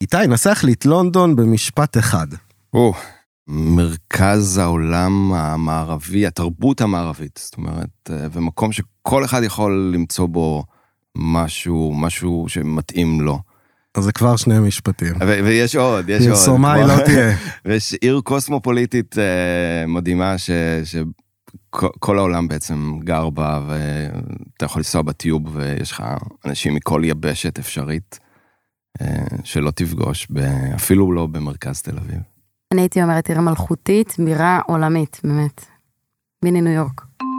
איתי, נסח לי את לונדון במשפט אחד. מרכז העולם המערבי, התרבות המערבית, זאת אומרת, ומקום שכל אחד יכול למצוא בו משהו שמתאים לו. אז זה כבר שני משפטים. ויש עוד, יש עוד. פרסומאי לא תהיה. ויש עיר קוסמופוליטית מדהימה שכל העולם בעצם גר בה, ואתה יכול לנסוע בטיוב, ויש לך אנשים מכל יבשת אפשרית, שלא תפגוש, אפילו לא במרכז תל אביב. אני הייתי אומרת, עיר מלכותית, בירה עולמית, באמת. מיני ניו יורק.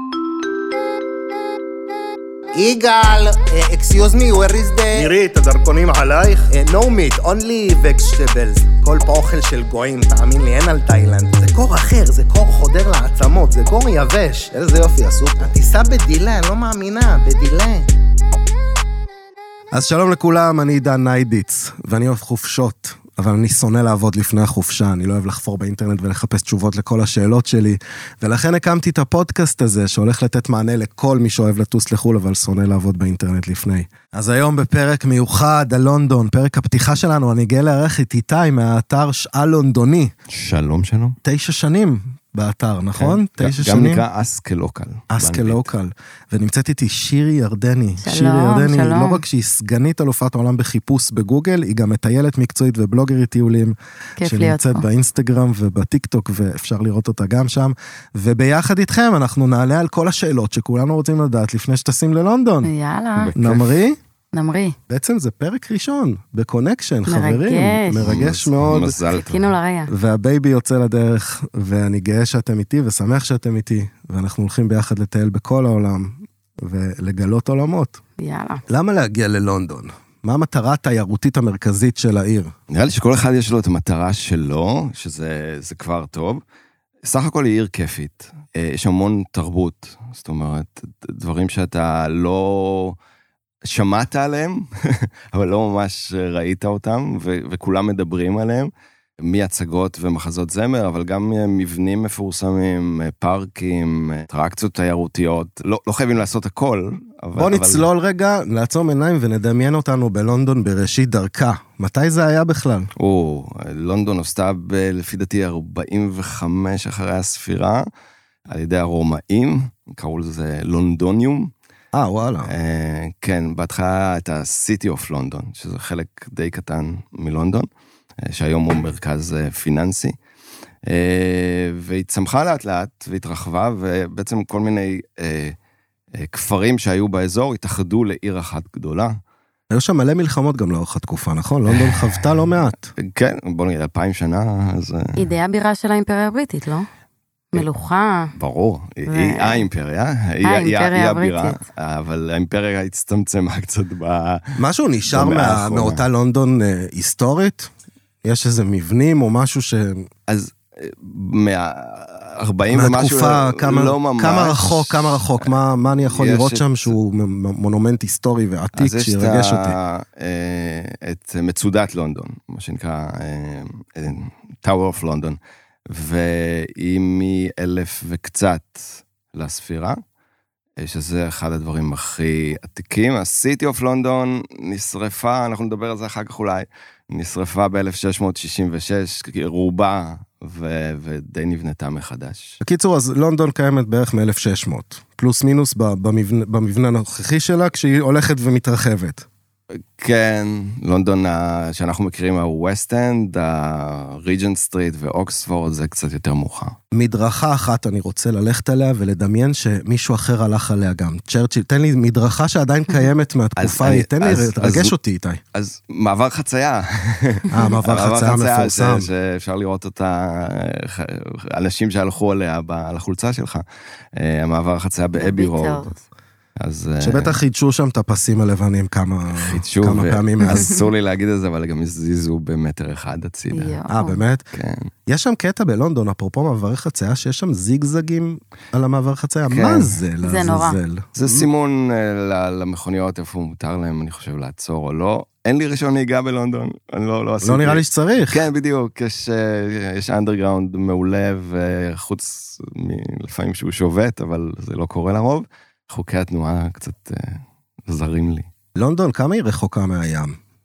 יגאל, excuse me, where is the... מירי, את הדרכונים עלייך? No meat, only vegetables. כל פה אוכל של גויים, תאמין לי, אין על תאילנד. זה קור אחר, זה קור חודר לעצמות, זה קור יבש. איזה יופי, עשו פה. הטיסה בדילה, אני לא מאמינה, בדילה. אז שלום לכולם, אני עידן ניידיץ, ואני אוהב חופשות. אבל אני שונא לעבוד לפני החופשה, אני לא אוהב לחפור באינטרנט ולחפש תשובות לכל השאלות שלי, ולכן הקמתי את הפודקאסט הזה, שהולך לתת מענה לכל מי שאוהב לטוס לחול, אבל שונא לעבוד באינטרנט לפני. אז היום בפרק מיוחד על לונדון, פרק הפתיחה שלנו, אני גאה לארח את איתי מהאתר שאל לונדוני. שלום. 9 שנים באתר, נכון? 9 שנים. גם נקרא אסקלוקל. אסקלוקל. ונמצאת איתי שירי ירדני. שלום, שירי ירדני, שלום. לא רק שהיא סגנית אלופת העולם בחיפוש בגוגל, היא גם מטיילת מקצועית ובלוגרית טיולים. כיף להיות שנמצאת פה. באינסטגרם ובטיקטוק, ואפשר לראות אותה גם שם. וביחד איתכם אנחנו נעלה על כל השאלות שכולנו רוצים לדעת לפני שטסים ללונדון. יאללה, נמרי? נמרי. בעצם זה פרק ראשון, בקונקשן, חברים. מרגש מאוד. מזל טוב. חיכינו לרגע. והבייבי יוצא לדרך, ואני גאה שאתם איתי, ושמח שאתם איתי, ואנחנו הולכים ביחד לטייל בכל העולם, ולגלות עולמות. יאללה. למה להגיע ללונדון? מה המטרה התיירותית המרכזית של העיר? נראה לי שכל אחד יש לו את המטרה שלו, שזה כבר טוב. סך הכל היא עיר כיפית. יש המון תרבות, זאת אומרת, דברים שאתה לא שמעת עליהם, אבל לא ממש ראית אותם, וכולם מדברים עליהם, מהצגות ומחזות זמר, אבל גם מבנים מפורסמים, פארקים, אטרקציות תיירותיות, לא חייבים לעשות הכל. בוא נצלול רגע, לעצום עיניים ונדמיין אותנו בלונדון בראשית דרכה. מתי זה היה בכלל? לונדון נוסדה לפי דעתי 45 אחרי הספירה, על ידי הרומאים, קראו לזה לונדוניום. וואלה. כן, בהתחלה את ה-City of London, שזה חלק די קטן מלונדון, שהיום הוא מרכז פיננסי, והיא צמחה לאט לאט והתרחבה, ובעצם כל מיני כפרים שהיו באזור התאחדו לעיר אחת גדולה. היו שם מלא מלחמות גם לאורך התקופה, נכון? לונדון חוותה לא מעט. כן, בוא נגיד, 2000 שנה, אז... היא די הבירה של האימפריה הבריטית, לא? מלוכה. ברור, היא האימפריה, היא הבירה, אבל האימפריה הצטמצמה קצת משהו נשאר מאותה לונדון היסטורית? יש איזה מבנים או משהו ש... אז מה-40 ומשהו, מהתקופה, לא ממש. כמה רחוק, מה אני יכול לראות שם שהוא מונומנט היסטורי ועתיק שירגש אותי? אז יש את מצודת לונדון, מה שנקרא Tower of London, והיא מ-1000 וקצת לספירה, שזה אחד הדברים הכי עתיקים. ה-City of London נשרפה, אנחנו נדבר על זה אחר כך אולי, נשרפה ב-1666, רובה, ודי נבנתה מחדש. בקיצור, אז לונדון קיימת בערך מ-1600, פלוס מינוס במבנה הנוכחי שלה, כשהיא הולכת ומתרחבת. כן, לונדון שאנחנו מכירים, ה-West End, ה-Regent Street ואוקספורד, זה קצת יותר מאוחר. מדרכה אחת אני רוצה ללכת עליה ולדמיין שמישהו אחר הלך עליה גם. צ'רצ'יל, תן לי מדרכה שעדיין קיימת מהתקופה, תן לי, תרגש אותי איתי. אז מעבר חצייה. מעבר חצייה מפורסם. שאפשר לראות אותה, אנשים שהלכו עליה על החולצה שלך. המעבר חצייה באבי רוד. שבטח חידשו שם את הפסים הלבנים כמה פעמים. אסור לי להגיד את זה, אבל גם הזיזו במטר אחד הצידה. באמת? כן. יש שם קטע בלונדון, אפרופו מעברי חצייה, שיש שם זיגזגים על המעבר חצייה. מה זה? זה נורא. זה סימון למכוניות, איפה מותר להם, אני חושב, לעצור או לא. אין לי רישיון נהיגה בלונדון, אני לא עשיתי. לא נראה לי שצריך. כן, בדיוק, יש אנדרגראונד מעולה, וחוץ לפעמים שהוא שובת, אבל זה לא קורה לרוב. חוקי התנועה קצת זרים לי. לונדון, כמה היא רחוקה מהים?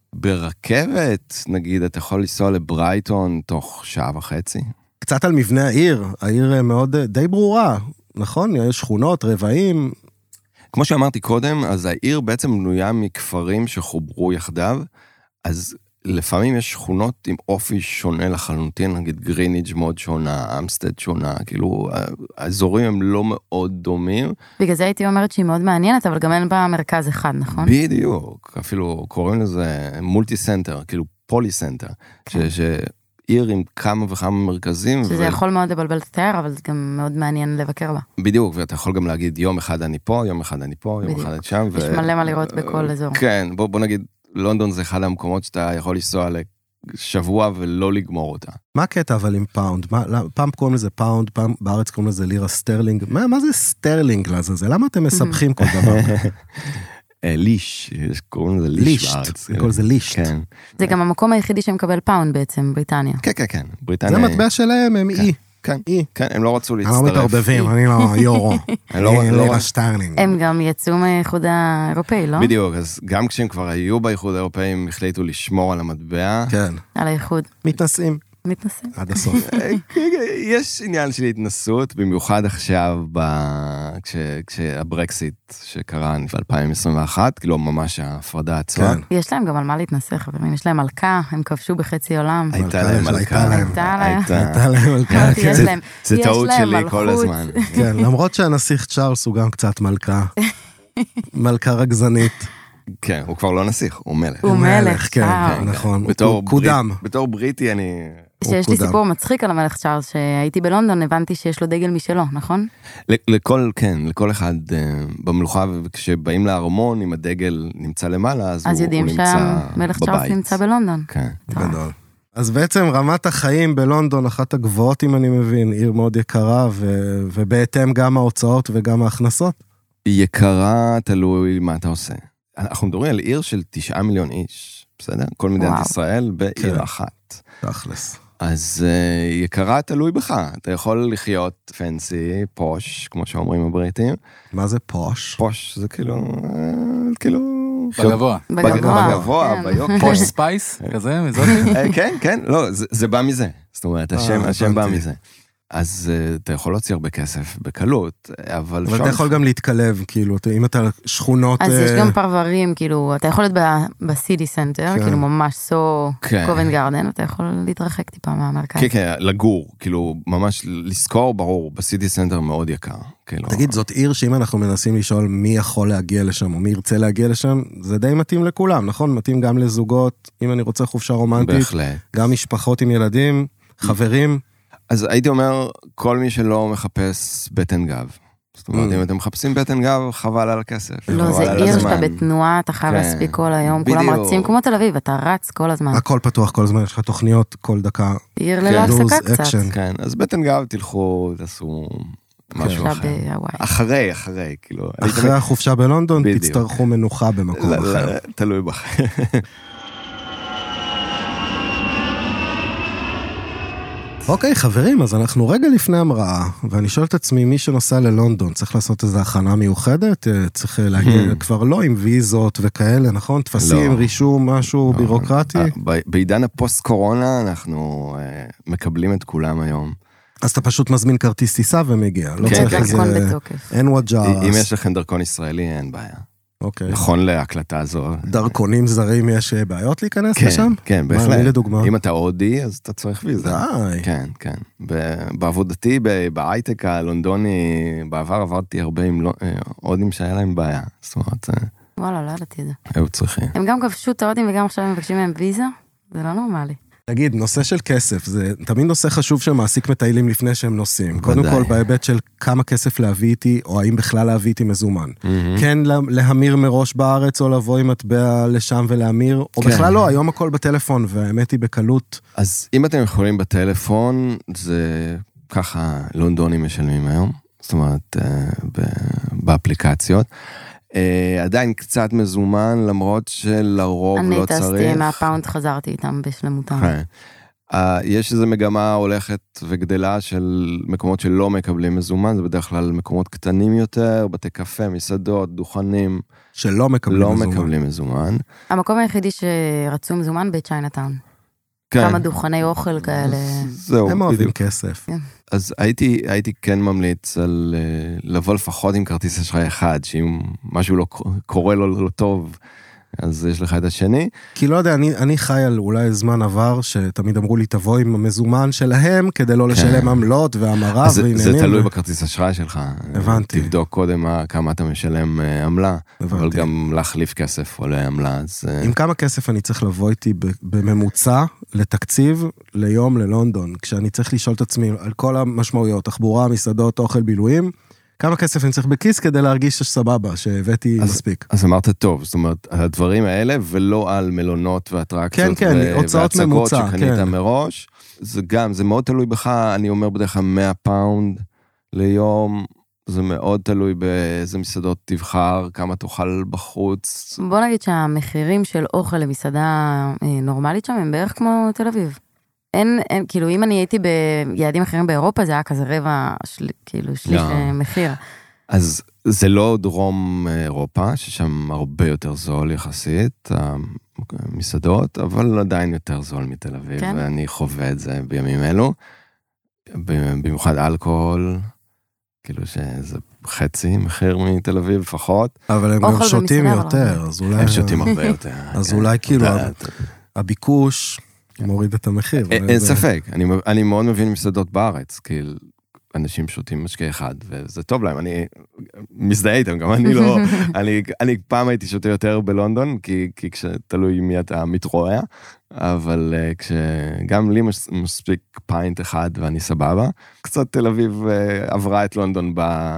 ברכבת, נגיד, אתה יכול לנסוע לברייטון תוך שעה וחצי. קצת על מבנה העיר, העיר מאוד די ברורה, נכון? יש שכונות, רבעים. כמו שאמרתי קודם, אז העיר בעצם בנויה מכפרים שחוברו יחדיו, אז לפעמים יש שכונות עם אופי שונה לחלוטין, נגיד גריניג' מאוד שונה, אמסטד שונה, כאילו האזורים הם לא מאוד דומים. בגלל זה הייתי אומרת שהיא מאוד מעניינת, אבל גם אין בה מרכז אחד, נכון? בדיוק, אפילו קוראים לזה מולטי סנטר, כאילו פולי סנטר, שעיר עם כמה וכמה מרכזים. שזה יכול מאוד לבלבל את התיאר, אבל זה גם מאוד מעניין לבקר בה. בדיוק, ואתה יכול גם להגיד יום אחד אני פה, יום אחד אני פה, יום אחד אני שם. יש מלא מה לראות בכל אזור. כן, בוא נגיד, לונדון זה אחד המקומות שאתה יכול לנסוע לשבוע ולא לגמור אותה. מה הקטע אבל עם פאונד? פעם קוראים לזה פאונד, פעם בארץ קוראים לזה לירה סטרלינג. מה זה סטרלינג לזה? למה אתם מסבכים כל דבר? ליש, קוראים לזה ליש בארץ. קוראים לזה לישט. זה גם המקום היחידי שמקבל פאונד בעצם, בריטניה. כן, זה בריטניה. מטבע שלהם, הם אי. כן, הם לא רצו להצטרף. אני לא מתערבבים, אני לא יורו. אני לירה סטרלינג. הם גם יצאו מהאיחוד האירופאי, לא? בדיוק, אז גם כשהם כבר היו באיחוד האירופאי, הם החליטו לשמור על המטבע. כן. על האיחוד. מתנסים. עד הסוף. יש עניין של התנסות, במיוחד עכשיו, כשהברקסיט שקרה ב-2021, כאילו ממש ההפרדה עצמה. יש להם גם על מה להתנסה, חברים, יש להם מלכה, הם כבשו בחצי עולם. הייתה להם מלכה. הייתה להם מלכה. זה טעות שלי כל הזמן. כן, למרות שהנסיך צ'ארלס הוא גם קצת מלכה. מלכה רגזנית. כן, הוא כבר לא נסיך, הוא מלך. הוא מלך, כן, נכון. הוא קודם. בתור בריטי אני... שיש לי סיפור מצחיק על המלך צ'ארלס, שהייתי בלונדון, הבנתי שיש לו דגל משלו, נכון? לכל אחד במלוכה, וכשבאים לארמון, אם הדגל נמצא למעלה, אז הוא נמצא בבית. אז יודעים שהמלך צ'ארלס נמצא בלונדון. כן. גדול. אז בעצם רמת החיים בלונדון, אחת הגבוהות, אם אני מבין, עיר מאוד יקרה, ובהתאם גם ההוצאות וגם ההכנסות. יקרה, תלוי מה אתה עושה. אנחנו מדברים על עיר של 9 מיליון איש, בסדר? כל מדינת ישראל בעיר אחת. תכלס. אז יקרה תלוי בך, אתה יכול לחיות פנסי, פוש, כמו שאומרים הבריטים. מה זה פוש? פוש זה כאילו... בגבוה. בגבוה, ביוקר. פוש ספייס, כזה, מזאת? כן, לא, זה בא מזה. זאת אומרת, השם בא מזה. אז אתה יכול להוציא הרבה כסף בקלות, אבל אתה יכול גם להתקלב, כאילו, אם אתה שכונות... אז יש גם פרברים, כאילו, אתה יכול להיות בסיטי סנטר, כאילו ממש קובנט גארדן, אתה יכול להתרחק טיפה מהמרכז. כן, לגור, כאילו, ממש לזכור, ברור, בסיטי סנטר מאוד יקר. תגיד, זאת עיר שאם אנחנו מנסים לשאול מי יכול להגיע לשם, או מי ירצה להגיע לשם, זה די מתאים לכולם, נכון? מתאים גם לזוגות, אם אני רוצה חופשה רומנטית, גם משפחות עם ילדים, חברים. אז הייתי אומר, כל מי שלא מחפש בטן גב. זאת אומרת, אם אתם מחפשים בטן גב, חבל על הכסף. לא, זה עיר שאתה בתנועה, אתה חייב להספיק כל היום, כולם רצים כמו תל אביב, אתה רץ כל הזמן. הכל פתוח כל הזמן, יש לך תוכניות כל דקה. עיר ללא הפסקה קצת. כן, אז בטן גב תלכו, תעשו משהו אחר. אחרי, כאילו. אחרי החופשה בלונדון, תצטרכו מנוחה במקום אחר. תלוי בכם. אוקיי, חברים, אז אנחנו רגע לפני המראה, ואני שואל את עצמי, מי שנוסע ללונדון, צריך לעשות איזו הכנה מיוחדת? צריך להגיע כבר לא עם ויזות וכאלה, נכון? תפסים, רישום, משהו בירוקרטי? בעידן הפוסט-קורונה אנחנו מקבלים את כולם היום. אז אתה פשוט מזמין כרטיס טיסה ומגיע. לא צריך איזה... אין וואג'אס. אם יש לכם דרכון ישראלי, אין בעיה. נכון להקלטה הזו. דרכונים זרים יש בעיות להיכנס לשם? כן, בהחלט. לדוגמה? אם אתה הודי, אז אתה צריך ויזה. כן. בעבודתי, בהייטק הלונדוני, בעבר עברתי הרבה עם הודים שהיה להם בעיה. זאת אומרת... וואלה, לא ידעתי את זה. היו צריכים. הם גם כבשו את ההודים וגם עכשיו הם מבקשים מהם ויזה? זה לא נורמלי. תגיד, נושא של כסף, זה תמיד נושא חשוב שמעסיק מטיילים לפני שהם נוסעים. קודם כל, בהיבט של כמה כסף להביא איתי, או האם בכלל להביא איתי מזומן. כן להמיר מראש בארץ, או לבוא עם מטבע לשם ולהמיר, או בכלל לא, היום הכל בטלפון, והאמת היא בקלות. אז אם אתם יכולים בטלפון, זה ככה לונדונים משלמים היום, זאת אומרת, באפליקציות. עדיין קצת מזומן, למרות שלרוב לא צריך. אני טסתי מהפאונד, חזרתי איתם בשלמותם. יש איזו מגמה הולכת וגדלה של מקומות שלא מקבלים מזומן, זה בדרך כלל מקומות קטנים יותר, בתי קפה, מסעדות, דוכנים. שלא מקבלים מזומן. המקום היחידי שרצו מזומן בצ'יינאטאון. כמה דוכני אוכל כאלה. זהו. הם אוהבים כסף. אז הייתי כן ממליץ על לבוא לפחות עם כרטיס אשראי אחד, שאם משהו לא קורה לו לא טוב, אז יש לך את השני. כי לא יודע, אני חי על אולי זמן עבר, שתמיד אמרו לי, תבוא עם המזומן שלהם, כדי לא לשלם עמלות והמרה ועניינים. זה תלוי בכרטיס אשראי שלך. הבנתי. תבדוק קודם כמה אתה משלם עמלה, אבל גם להחליף כסף עולה עמלה. עם כמה כסף אני צריך לבוא איתי בממוצע לתקציב ליום ללונדון, כשאני צריך לשאול את עצמי על כל המשמעויות, תחבורה, מסעדות, אוכל, בילויים, כמה כסף אני צריך בכיס כדי להרגיש שסבבה, שהבאתי מספיק. אז אמרת טוב, זאת אומרת, הדברים האלה, ולא על מלונות ואטרקציות והצגות שקנית מראש, זה מאוד תלוי בך, אני אומר בדרך כלל 100 פאונד ליום, זה מאוד תלוי באיזה מסעדות תבחר, כמה תאכל בחוץ. בוא נגיד שהמחירים של אוכל למסעדה נורמלית שם, הם בערך כמו תל אביב. אין, כאילו, אם אני הייתי ביעדים אחרים באירופה, זה היה כזה רבע, כאילו, שליש מחיר. אז זה לא דרום אירופה, ששם הרבה יותר זול יחסית, המסעדות, אבל עדיין יותר זול מתל אביב, כן? ואני חווה את זה בימים אלו. במיוחד אלכוהול, כאילו שזה חצי מחיר מתל אביב לפחות. אבל הם גם שותים יותר, אז אולי... הם שותים הרבה יותר. אז אולי כאילו, הביקוש... מוריד את המחיר. אין ספק, אני מאוד מבין מסעדות בארץ, כי אנשים שותים משקה אחד, וזה טוב להם, אני מזדהה איתם, גם אני לא, אני פעם הייתי שותה יותר בלונדון, כי כשתלוי מי אתה מתרועע, אבל כשגם לי מספיק פיינט אחד ואני סבבה, קצת תל אביב עברה את לונדון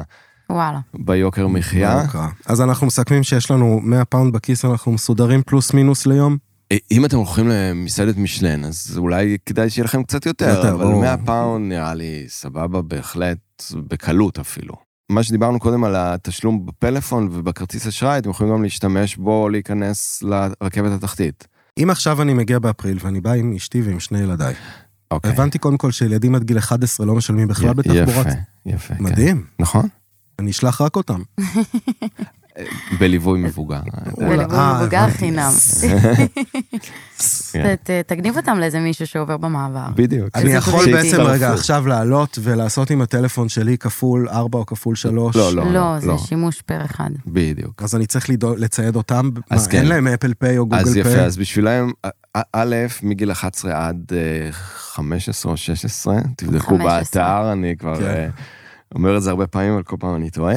ביוקר מחיה. אז אנחנו מסכמים שיש לנו 100 פאונד בכיס, אנחנו מסודרים פלוס מינוס ליום? אם אתם הולכים למסעדת משלן, אז אולי כדאי שיהיה לכם קצת יותר, אבל 100 פאונד נראה לי סבבה בהחלט, בקלות אפילו. מה שדיברנו קודם על התשלום בפלאפון ובכרטיס אשראי, אתם יכולים גם להשתמש בו, להיכנס לרכבת התחתית. אם עכשיו אני מגיע באפריל, ואני בא עם אשתי ועם שני ילדיי, הבנתי קודם כל שילדים עד גיל 11 לא משלמים בכלל בתחבורת. יפה. מדהים. נכון. אני אשלח רק אותם. בליווי מבוגר. בליווי מבוגר חינם. תגניב אותם לאיזה מישהו שעובר במעבר. בדיוק. אני יכול בעצם רגע עכשיו לעלות ולעשות עם הטלפון שלי כפול 4 או כפול 3? לא, זה שימוש פר אחד. בדיוק. אז אני צריך לצייד אותם? אין להם אפל פיי או גוגל פיי? אז יפה, אז בשבילם, א', מגיל 11 עד 15 או 16, תבדקו באתר, אני כבר אומר את זה הרבה פעמים, אבל כל פעם אני טועה.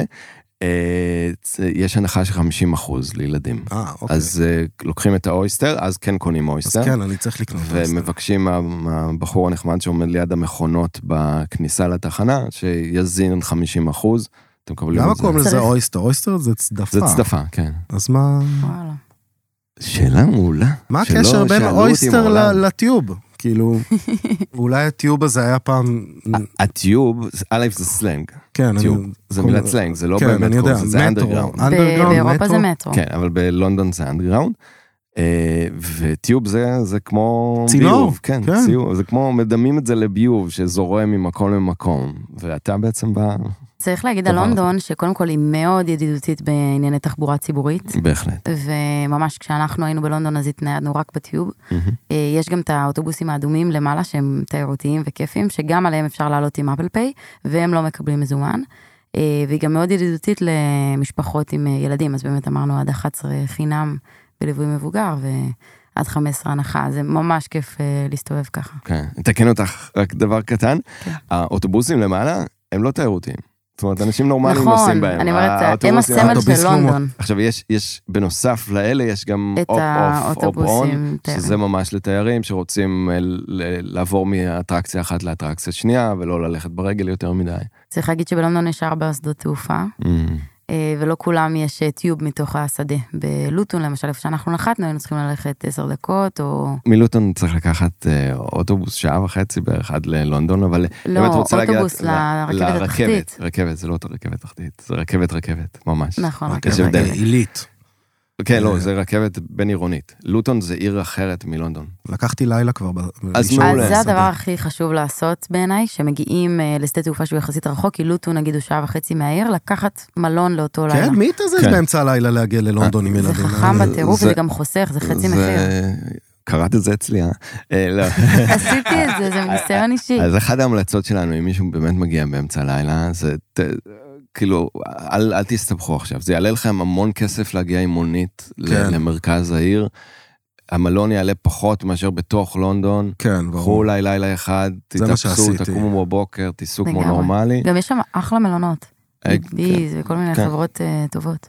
יש הנחה של 50% לילדים. אוקיי. אז לוקחים את האויסטר, אז כן קונים אויסטר. אז כן, אני צריך לקנות אויסטר. ומבקשים מהבחור הנחמד שעומד ליד המכונות בכניסה לתחנה, שיזין 50%. אתם מקבלים את זה. למה קוראים לזה אויסטר? אויסטר זה צדפה. זה צדפה, כן. אז מה... שאלה מעולה. מה הקשר בין אויסטר לטיוב? כאילו, אולי הטיוב הזה היה פעם... הטיוב, א' זה סלנג. כן, זה מילת סלנג, זה לא באמת קוראים, זה אנדרגראונד. באירופה זה מטרו. כן, אבל בלונדון זה אנדרגראונד. וטיוב זה כמו ביוב. כן, זה כמו מדמים את זה לביוב, שזורם ממקום למקום. ואתה בעצם בא... צריך להגיד על לונדון, שקודם כל היא מאוד ידידותית בענייני תחבורה ציבורית. בהחלט. וממש כשאנחנו היינו בלונדון, אז התניידנו רק בטיוב. יש גם את האוטובוסים האדומים למעלה, שהם תיירותיים וכיפים, שגם עליהם אפשר לעלות עם אפל פיי, והם לא מקבלים מזומן. והיא גם מאוד ידידותית למשפחות עם ילדים, אז באמת אמרנו עד 11 חינם בליווי מבוגר, ועד 15 הנחה, זה ממש כיף להסתובב ככה. כן, נתקן אותך רק דבר קטן, האוטובוסים למעלה, הם לא תיירותיים. זאת אומרת, אנשים נורמליים נוסעים בהם. נכון, אני אומרת, הם הסמל של לונדון. עכשיו, יש, בנוסף לאלה, יש גם האוטובוסים, שזה ממש לתיירים, שרוצים לעבור מאטרקציה אחת לאטרקציה שנייה, ולא ללכת ברגל יותר מדי. צריך להגיד שבלונדון יש 4 שדות תעופה, ולא כולם יש טיוב מתוך השדה. בלוטון, למשל, איפה שאנחנו נחתנו, היינו צריכים ללכת 10 דקות, או... מלוטון צריך לקחת אוטובוס 1.5 שעה בערך עד ללונדון, אבל... לא, אוטובוס לרכבת התחתית. רכבת, זה לא רכבת תחתית, זה רכבת, ממש. נכון, רכבת עילית. כן, לא, זה רכבת בין עירונית. לוטון זה עיר אחרת מלונדון. לקחתי לילה כבר. אז מעולה. אז זה הדבר הכי חשוב לעשות בעיניי, שמגיעים לשדה תעופה שהוא יחסית רחוק, כי לוטון נגיד הוא 1.5 שעה מהעיר, לקחת מלון לאותו לילה. כן, מי תזז באמצע הלילה להגיע ללונדון עם ילדים? זה חכם בטירוף, וזה גם חוסך, זה חצי מחיר. קראת את זה אצלי, לא. עשיתי את זה, זה מניסיון אישי. אז אחת ההמלצות שלנו, אם מישהו באמת מגיע באמצע הלילה, זה כאילו, אל תסתבכו עכשיו, זה יעלה לכם המון כסף להגיע עם מונית למרכז העיר, המלון יעלה פחות מאשר בתוך לונדון, קחו אולי לילה אחד, תתאפסו, תקומו בבוקר, תיסעו כמו נורמלי. גם יש שם אחלה מלונות, ביז וכל מיני חברות טובות.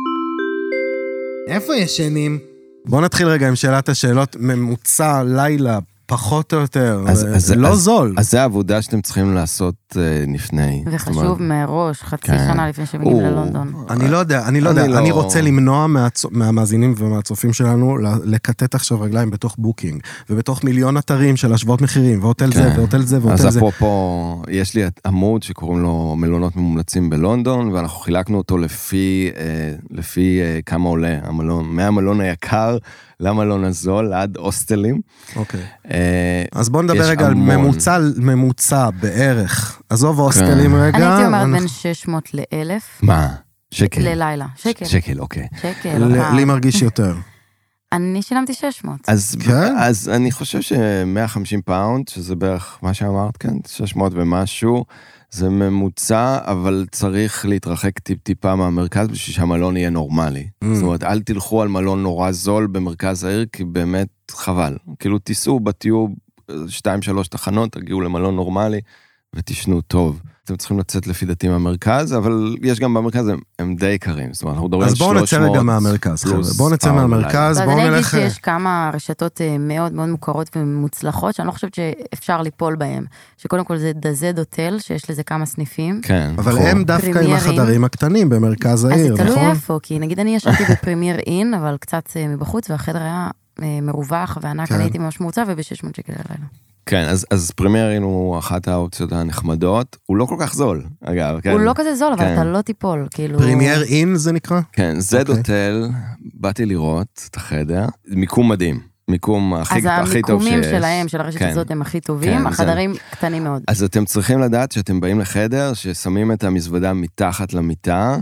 איפה ישנים? בוא נתחיל רגע עם שאלת השאלות, ממוצע לילה, פחות או יותר, לא זול. אז זה העבודה שאתם צריכים לעשות לפני. וחשוב מראש, חצי שנה לפני שמגיעים ללונדון. אני לא יודע, אני רוצה למנוע מהמאזינים ומהצופים שלנו, לקטט עכשיו רגליים בתוך בוקינג, ובתוך מיליון אתרים של השוואות מחירים, והוטל זה, והוטל זה, והוטל זה. אז אפרופו, יש לי עמוד שקוראים לו מלונות ממומלצים בלונדון, ואנחנו חילקנו אותו לפי כמה עולה המלון, מהמלון היקר, למלון הזול, עד הוסטלים. אוקיי. אז בואו נדבר רגע על ממוצע בערך. עזוב ההוסטלים רגע. אני הייתי אומרת בין 600 ל-1,000. מה? שקל? ללילה. שקל. שקל, אוקיי. שקל. לי מרגיש יותר. אני שילמתי 600. אז אני חושב ש150 פאונד, שזה בערך מה שאמרת כאן, 600 ומשהו, זה ממוצע, אבל צריך להתרחק טיפה מהמרכז, בשביל שהמלון יהיה נורמלי. זאת אומרת, אל תלכו על מלון נורא זול במרכז העיר, כי באמת חבל. כאילו תיסעו בטיוב 2-3 תחנות, תגיעו למלון נורמלי, ותשנו טוב. אתם צריכים לצאת לפי דתי מהמרכז, אבל יש גם במרכז, הם די יקרים. זאת אומרת, אנחנו מדברים על 300 אז בואו נצא רגע מהמרכז, חבר'ה. בואו נצא מהמרכז, בואו נלך... אני אגיד שיש כמה רשתות מאוד מאוד מוכרות ומוצלחות, שאני לא חושבת שאפשר ליפול בהן. שקודם כל זה דזד הוטל, שיש לזה כמה סניפים. כן. אבל הם דווקא עם החדרים הקטנים במרכז העיר, נכון? אז זה תלוי איפה, כי נגיד אני ישבתי בפרמייר אין, אבל קצת מבחוץ, והחדר היה מרווח וענק, אני הייתי ממש מורצה וב600 שקל הלילה. כן, אז פרמיירין הוא אחת האופציות הנחמדות, הוא לא כל כך זול, אגב. הוא לא כזה זול, אבל אתה לא תיפול, כאילו... פרמייר אין זה נקרא? כן, זד הוטל, באתי לראות את החדר, מיקום מדהים, מיקום הכי טוב שיש. אז המיקומים שלהם, של הרשת הזאת, הם הכי טובים, החדרים קטנים מאוד. אז אתם צריכים לדעת שאתם באים לחדר, ששמים את המזוודה מתחת למיטה,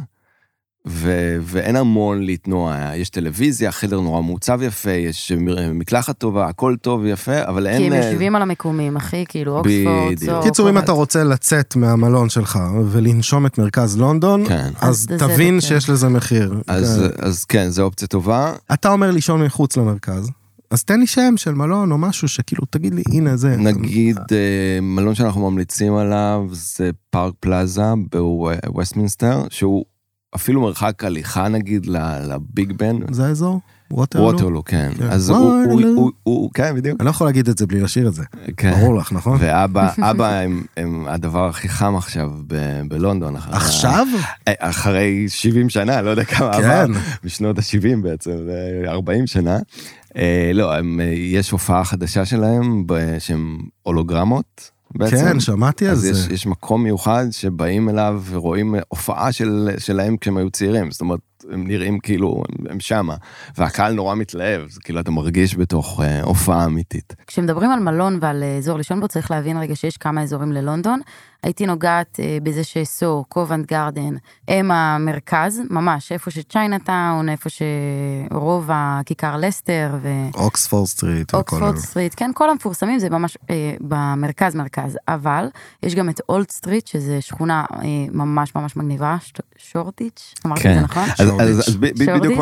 ואין המון להתנוע, יש טלוויזיה, חדר נורא מוצב יפה, יש מקלחת טובה, הכל טוב ויפה, אבל אין... כי הם יושבים על המקומים, אחי, כאילו אוקספורד, זו... קיצור, אם אתה רוצה לצאת מהמלון שלך, ולנשום את מרכז לונדון, אז תבין שיש לזה מחיר. אז כן, זו אופציה טובה. אתה אומר לישון מחוץ למרכז, אז תן לי שם של מלון או משהו שכאילו תגיד לי, הנה זה. נגיד, מלון שאנחנו ממליצים עליו, זה פארק פלאזה בווסטמינסטר, שהוא אפילו מרחק הליכה נגיד לביג בן. זה האזור? ווטרלו? ווטרלו, כן. אז הוא, כן, בדיוק. אני לא יכול להגיד את זה בלי לשיר את זה. ברור לך, נכון? ואבא הם הדבר הכי חם עכשיו בלונדון. עכשיו? אחרי 70 שנה, לא יודע כמה עבר. בשנות ה-70 בעצם, 40 שנה. לא, יש הופעה חדשה שלהם, שהם הולוגרמות. בעצם. כן, שמעתי על זה. אז יש מקום מיוחד שבאים אליו ורואים הופעה שלהם כשהם היו צעירים, זאת אומרת, הם נראים כאילו, הם שמה, והקהל נורא מתלהב, כאילו אתה מרגיש בתוך הופעה אמיתית. כשמדברים על מלון ועל אזור לישון בו, צריך להבין רגע שיש כמה אזורים ללונדון, הייתי נוגעת בזה שסו, קובנט גארדן, הם המרכז, ממש, איפה שצ'יינאטאון, איפה שרוב הכיכר לסטר, אוקספורד סטריט. אוקספורד סטריט, כן, כל המפורסמים זה ממש במרכז, אבל יש גם את אולד סטריט, שזה שכונה ממש ממש מגניבה, שורטיץ', אמרתי את זה נכון? אז בדיוק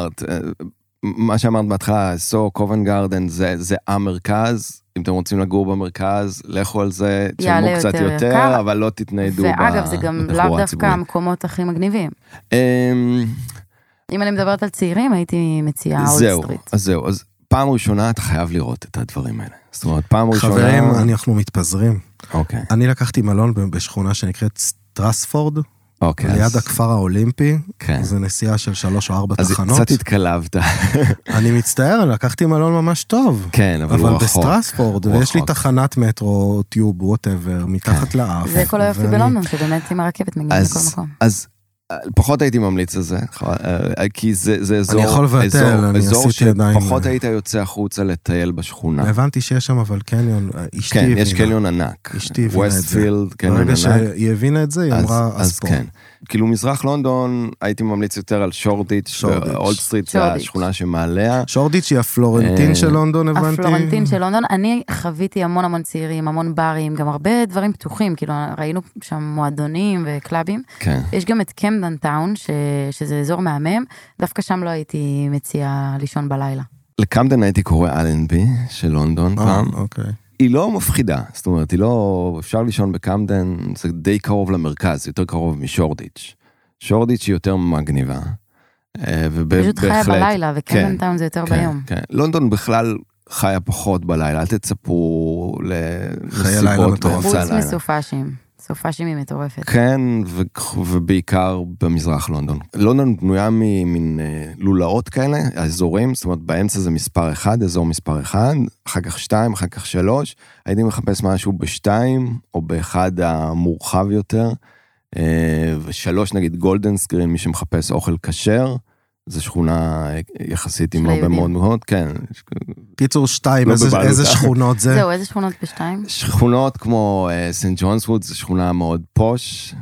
מה שאמרת בהתחלה, סו, קובנט גארדן, זה המרכז, אם אתם רוצים לגור במרכז, לכו על זה, תשלמו קצת יותר, אבל לא תתניידו בתחבורה הציבורית. ואגב, זה גם לאו דווקא המקומות הכי מגניבים. אם אני מדברת על צעירים, הייתי מציעה אולד סטריט. זהו, אז פעם ראשונה אתה חייב לראות את הדברים האלה. זאת אומרת, פעם ראשונה... חברים, אנחנו מתפזרים. אוקיי. אני לקחתי מלון בשכונה שנקראת סטרספורד, ליד הכפר האולימפי, זה נסיעה של 3 או 4 תחנות. אז קצת התקלבת. אני מצטער, לקחתי מלון ממש טוב. כן, אבל הוא רחוק. אבל בסטרספורד, ויש לי תחנת מטרו, טיוב, whatever, מתחת לאף. זה כל היופי בלונדון, שבאמת עם הרכבת מגיעים לכל מקום. אז פחות הייתי ממליץ על זה, כי זה אזור, אני יכול לבטל, אני עשיתי עדיין. פחות היית יוצא החוצה לטייל בשכונה. הבנתי שיש שם אבל קניון, אשתי כן, הבינה. יש קניון ענק. אשתי הבינה את זה. ווסטפילד, קניון ענק. ברגע שהיא הבינה את זה, היא אמרה, אז פה. כן. כאילו מזרח לונדון, הייתי ממליץ יותר על שורדיץ', אולד סטריט, זה השכונה שמעליה. שורדיץ' היא הפלורנטין של לונדון, הבנתי. הפלורנטין של לונדון, אני חוויתי המון צעירים, המון ברים, גם הרבה דברים פתוחים, כאילו ראינו שם מועדונים וקלאבים. כן. יש גם את קמדן טאון, שזה אזור מהמם, דווקא שם לא הייתי מציעה לישון בלילה. לקמדן הייתי קורא אלנבי של לונדון פעם. אוקיי. היא לא מפחידה, זאת אומרת, היא לא, אפשר לישון בקמדן, זה די קרוב למרכז, יותר קרוב משורדיץ'. שורדיץ' היא יותר מגניבה. פשוט חיה בלילה, וקמדן טאון זה יותר ביום. כן, לונדון בכלל חיה פחות בלילה, אל תצפו לסיבות באמצע הלילה. חוץ מסופשים. סופשים היא מטורפת. כן, ובעיקר במזרח לונדון. לונדון בנויה ממין לולאות כאלה, האזורים, זאת אומרת, באמצע זה מספר 1, אזור מספר 1, אחר כך 2, אחר כך 3, הייתי מחפש משהו ב2, או ב1 המורחב יותר, ו3 נגיד גולדן סקרין, מי שמחפש אוכל כשר, זו שכונה יחסית עם הרבה מאוד מאוד, כן. קיצור 2, איזה שכונות זה? זהו, איזה שכונות ב2? שכונות כמו סנט ג'ונס ווד, זו שכונה מאוד פוש,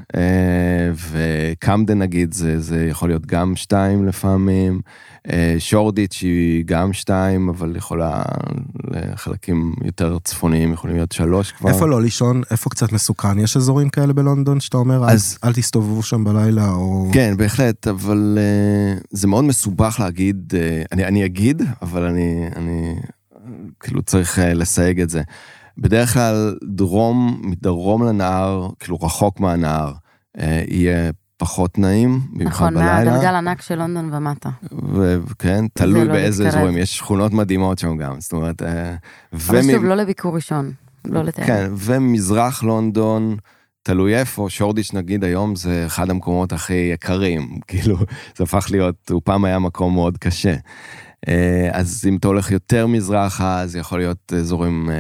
וקמדן נגיד, זה יכול להיות גם 2 לפעמים, שורדיץ' היא גם 2, אבל יכולה לחלקים יותר צפוניים, יכולים להיות 3 כבר. איפה לא לישון? איפה קצת מסוכן? יש אזורים כאלה בלונדון שאתה אומר, אל תסתובבו שם בלילה, או... כן, בהחלט, אבל זה מאוד מסובך להגיד, אני אגיד, אבל אני כאילו צריך לסייג את זה. בדרך כלל מדרום לנהר, כאילו רחוק מהנהר, יהיה פחות נעים, במיוחד בלילה. נכון, מהגלגל ענק של לונדון ומטה. וכן, תלוי באיזה אזורים, יש שכונות מדהימות שם גם, זאת אומרת... אבל שוב, לא לביקור ראשון, לא לתאר. כן, ומזרח לונדון, תלוי איפה, שורדיץ' נגיד היום זה אחד המקומות הכי יקרים, כאילו, זה הפך להיות, הוא פעם היה מקום מאוד קשה. אז אם אתה הולך יותר מזרחה, אז יכול להיות אזורים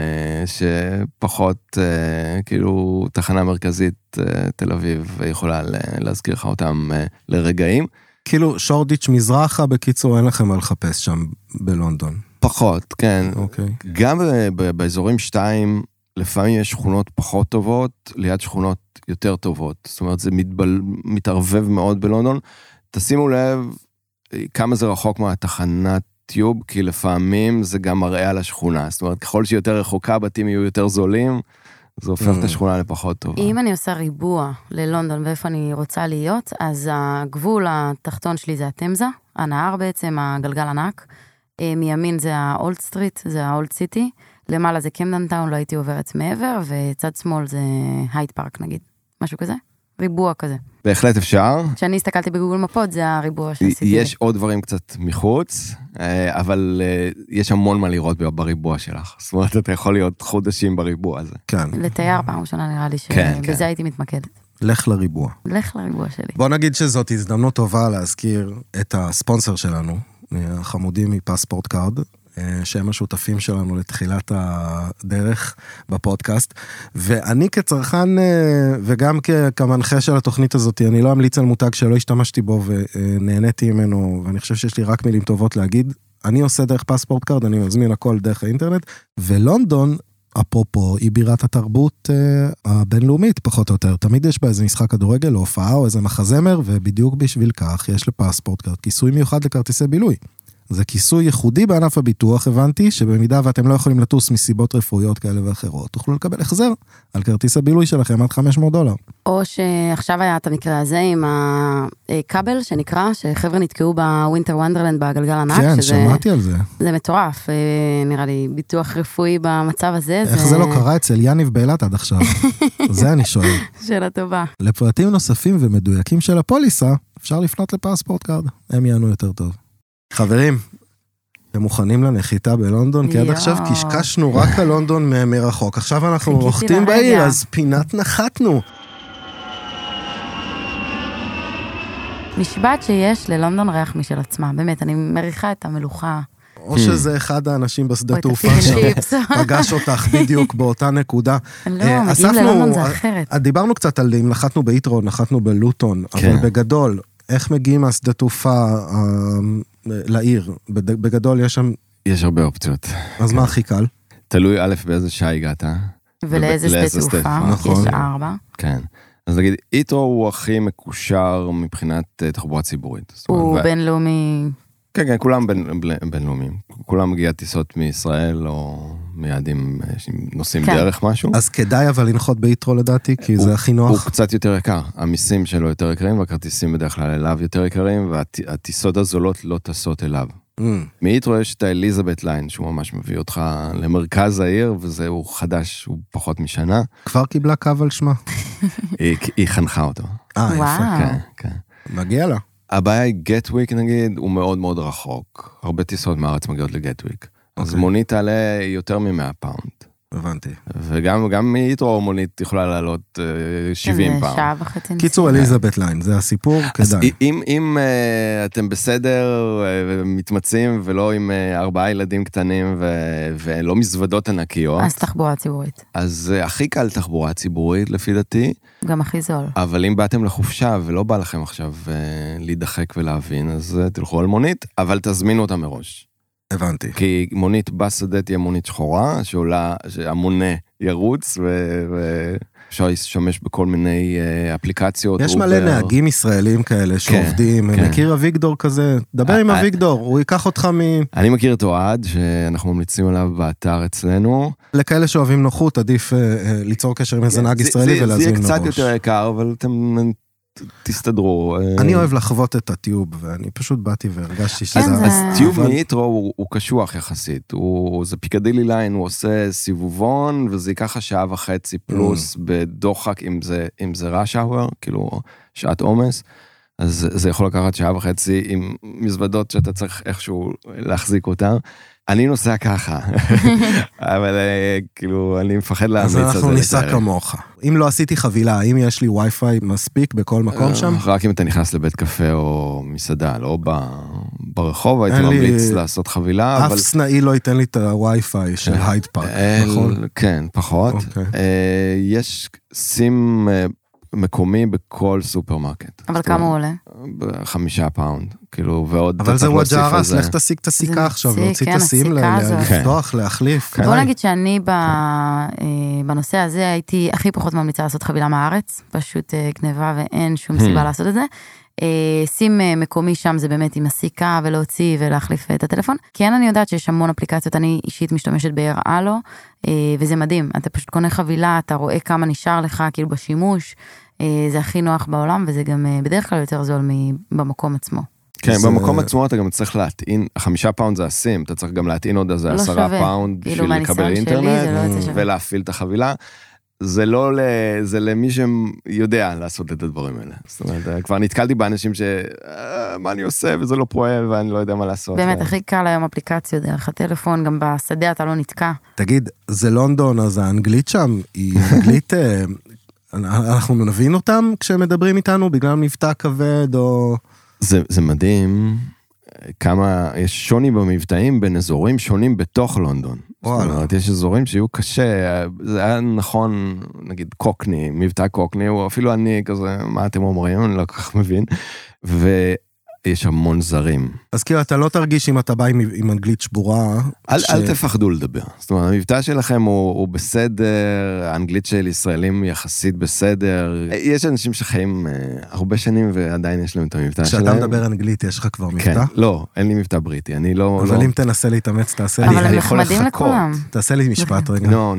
שפחות, כאילו, תחנה מרכזית תל אביב, יכולה להזכיר לך אותם לרגעים. כאילו, שורדיץ' מזרחה, בקיצור, אין לכם מה לחפש שם בלונדון. פחות, כן. אוקיי. גם באזורים 2, לפעמים יש שכונות פחות טובות, ליד שכונות יותר טובות. זאת אומרת, זה מתערבב מאוד בלונדון. תשימו לב, כמה זה רחוק מהתחנת טיוב, כי לפעמים זה גם מראה על השכונה. זאת אומרת, ככל שיותר רחוקה, בתים יהיו יותר זולים, זה הופך את השכונה לפחות טובה. אם אני עושה ריבוע ללונדון ואיפה אני רוצה להיות, אז הגבול התחתון שלי זה התמזה, הנהר בעצם, הגלגל ענק, מימין זה האולד סטריט, זה האולד סיטי, למעלה זה קמדן טאון, לא הייתי עוברת מעבר, וצד שמאל זה הייד פארק נגיד, משהו כזה. ריבוע כזה. בהחלט אפשר. כשאני הסתכלתי בגוגל מפות, זה הריבוע שעשיתי. יש עוד דברים קצת מחוץ, אבל יש המון מה לראות בריבוע שלך. זאת אומרת, אתה יכול להיות חודשים בריבוע הזה. כן. לתייר פעם ראשונה נראה לי שבזה הייתי מתמקדת. לך לריבוע. לך לריבוע שלי. בוא נגיד שזאת הזדמנות טובה להזכיר את הספונסר שלנו, החמודים מפספורט קארד, שהם השותפים שלנו לתחילת הדרך בפודקאסט, ואני כצרכן וגם כמנחה של התוכנית הזאת, אני לא אמליץ על מותג שלא השתמשתי בו ונהניתי ממנו, ואני חושב שיש לי רק מילים טובות להגיד, אני עושה דרך פספורט קארד, אני מזמין הכל דרך האינטרנט, ולונדון, אפרופו, היא בירת התרבות הבינלאומית, פחות או יותר, תמיד יש בה איזה משחק כדורגל או הופעה או איזה מחזמר, ובדיוק בשביל כך יש לפספורט קארד כיסוי מיוחד לכרטיסי בילוי. זה כיסוי ייחודי בענף הביטוח, הבנתי, שבמידה ואתם לא יכולים לטוס מסיבות רפואיות כאלה ואחרות, תוכלו לקבל החזר על כרטיס הבילוי שלכם עד $500. או שעכשיו היה את המקרה הזה עם הכבל שנקרא, שחבר'ה נתקעו בווינטר וונדרלנד בגלגל ענק. כן, שמעתי על זה. זה מטורף, נראה לי, ביטוח רפואי במצב הזה. איך זה לא קרה אצל יניב באילת עד עכשיו? זה אני שואל. שאלה טובה. לפרטים נוספים ומדויקים של הפוליסה, אפשר לפנות לפספורט קארד, הם יענו יותר טוב. חברים, אתם מוכנים לנחיתה בלונדון? כי עד עכשיו קשקשנו רק על לונדון מרחוק. עכשיו אנחנו רוחתים בעיר, אז פינת נחתנו. משפט שיש ללונדון ריח משל עצמה. באמת, אני מריחה את המלוכה, או שזה אחד האנשים בשדה או את תעופה הפיש שפגש אותך בדיוק באותה נקודה. לא, מגיעים ללונדון זה אחרת. דיברנו קצת על אם נחתנו ביתרו, נחתנו בלוטון, אבל בגדול, איך מגיעים מהשדה תעופה לעיר? בגדול יש שם... יש הרבה אופציות. אז מה הכי קל? תלוי א' באיזה שעה הגעת. ולאיזה שדה תעופה, נכון. יש 4. כן. אז נגיד, איתרו הוא הכי מקושר מבחינת תחבורה ציבורית. הוא בינלאומי... כן, כן, כולם בינלאומיים. כולם מגיע טיסות מישראל, או מיעדים שנוסעים דרך משהו. אז כדאי אבל לנחות ביתרו לדעתי, כי זה הכי נוח. הוא קצת יותר יקר. המיסים שלו יותר יקרים, והכרטיסים בדרך כלל אליו יותר יקרים, והטיסות הזולות לא טסות אליו. מאיתרו יש את האליזבת ליין, שהוא ממש מביא אותך למרכז העיר, וזהו חדש, הוא פחות משנה. כבר קיבלה קו על שמה. היא חנכה אותו. יפה. כן, כן. מגיע לה. הבעיה היא גטוויק נגיד, הוא מאוד מאוד רחוק. הרבה טיסות מארץ מגיעות לגטוויק. אז מונית תעלה יותר מ-100 פאונד. הבנתי. וגם מאיתרו מונית יכולה לעלות 70 פאונד. שעה וחצי. קיצור, אליזבת ליין, זה הסיפור, כדאי. אם אתם בסדר ומתמצאים, ולא עם 4 ילדים קטנים ולא מזוודות ענקיות. אז תחבורה ציבורית. אז הכי קל תחבורה ציבורית לפי דעתי. גם הכי זול. אבל אם באתם לחופשה ולא בא לכם עכשיו להידחק ולהבין, אז תלכו על מונית, אבל תזמינו אותה מראש. הבנתי. כי מונית בשדה תהיה מונית שחורה, שעולה, שהמונה ירוץ, ואפשר להשתמש בכל מיני אפליקציות. יש מלא נהגים ישראלים כאלה שעובדים, מכיר אביגדור כזה, דבר עם אביגדור, הוא ייקח אותך אני מכיר את אוהד, שאנחנו ממליצים עליו באתר אצלנו. לכאלה שאוהבים נוחות, עדיף ליצור קשר עם איזה נהג ישראלי ולהזמין מראש. זה יהיה קצת יותר יקר, אבל אתם... תסתדרו. אני אוהב לחוות את הטיוב, ואני פשוט באתי והרגשתי שזה... אז טיוב מאיתרו הוא קשוח יחסית, זה פיקדילי ליין, הוא עושה סיבובון, וזה ייקח 1.5 שעה פלוס בדוחק, אם זה rush hour, כאילו שעת עומס, אז זה יכול לקחת 1.5 שעה עם מזוודות שאתה צריך איכשהו להחזיק אותה. אני נוסע ככה, אבל כאילו אני מפחד להמיץ את זה. אז אנחנו ניסע כמוך. אם לא עשיתי חבילה, האם יש לי וי-פיי מספיק בכל מקום שם? רק אם אתה נכנס לבית קפה או מסעדה, לא ברחוב, הייתי ממליץ לעשות חבילה. אף סנאי לא ייתן לי את הווי-פיי של הייד פארק, נכון? כן, פחות. יש סים מקומי בכל סופרמרקט. אבל כמה הוא עולה? 5 פאונד, כאילו, ועוד... אבל זה וואג'רס, לך תשיג את הסיכה עכשיו, להוציא את הסים, לפתוח, להחליף. בוא נגיד שאני בנושא הזה הייתי הכי פחות ממליצה לעשות חבילה מהארץ, פשוט גניבה ואין שום סיבה לעשות את זה. סים מקומי שם זה באמת עם הסיכה ולהוציא ולהחליף את הטלפון. כן, אני יודעת שיש המון אפליקציות, אני אישית משתמשת ב-AirAllo, וזה מדהים, אתה פשוט קונה חבילה, אתה רואה כמה נשאר לך כאילו בשימוש, זה הכי נוח בעולם, וזה גם בדרך כלל יותר זול במקום עצמו. כן, במקום עצמו אתה גם צריך להטעין, 5 פאונד זה הסים, אתה צריך גם להטעין עוד איזה 10 פאונד בשביל לקבל אינטרנט, ולהפעיל את החבילה. זה לא, זה למי שיודע לעשות את הדברים האלה. זאת אומרת, כבר נתקלתי באנשים מה אני עושה, וזה לא פועל, ואני לא יודע מה לעשות. באמת, הכי קל היום אפליקציות דרך הטלפון, גם בשדה אתה לא נתקע. תגיד, זה לונדון, אז האנגלית שם, היא אנגלית, אנחנו נבין אותם כשהם מדברים איתנו, בגלל מבטא כבד, או... זה מדהים, כמה, יש שוני במבטאים בין אזורים שונים בתוך לונדון. זאת אומרת, יש אזורים שיהיו קשה, זה היה נכון, נגיד קוקני, מבטא קוקני, או אפילו אני כזה, מה אתם אומרים, אני לא כל כך מבין, ויש המון זרים. אז כאילו, אתה לא תרגיש אם אתה בא עם אנגלית שבורה. אל תפחדו לדבר. זאת אומרת, המבטא שלכם הוא בסדר, האנגלית של ישראלים יחסית בסדר. יש אנשים שחיים הרבה שנים ועדיין יש להם את המבטא שלהם. כשאתה מדבר אנגלית, יש לך כבר מבטא? כן, לא, אין לי מבטא בריטי, אני לא... אבל אם תנסה להתאמץ, תעשה לי... אבל הם נחמדים לכולם. תעשה לי משפט רגע. לא.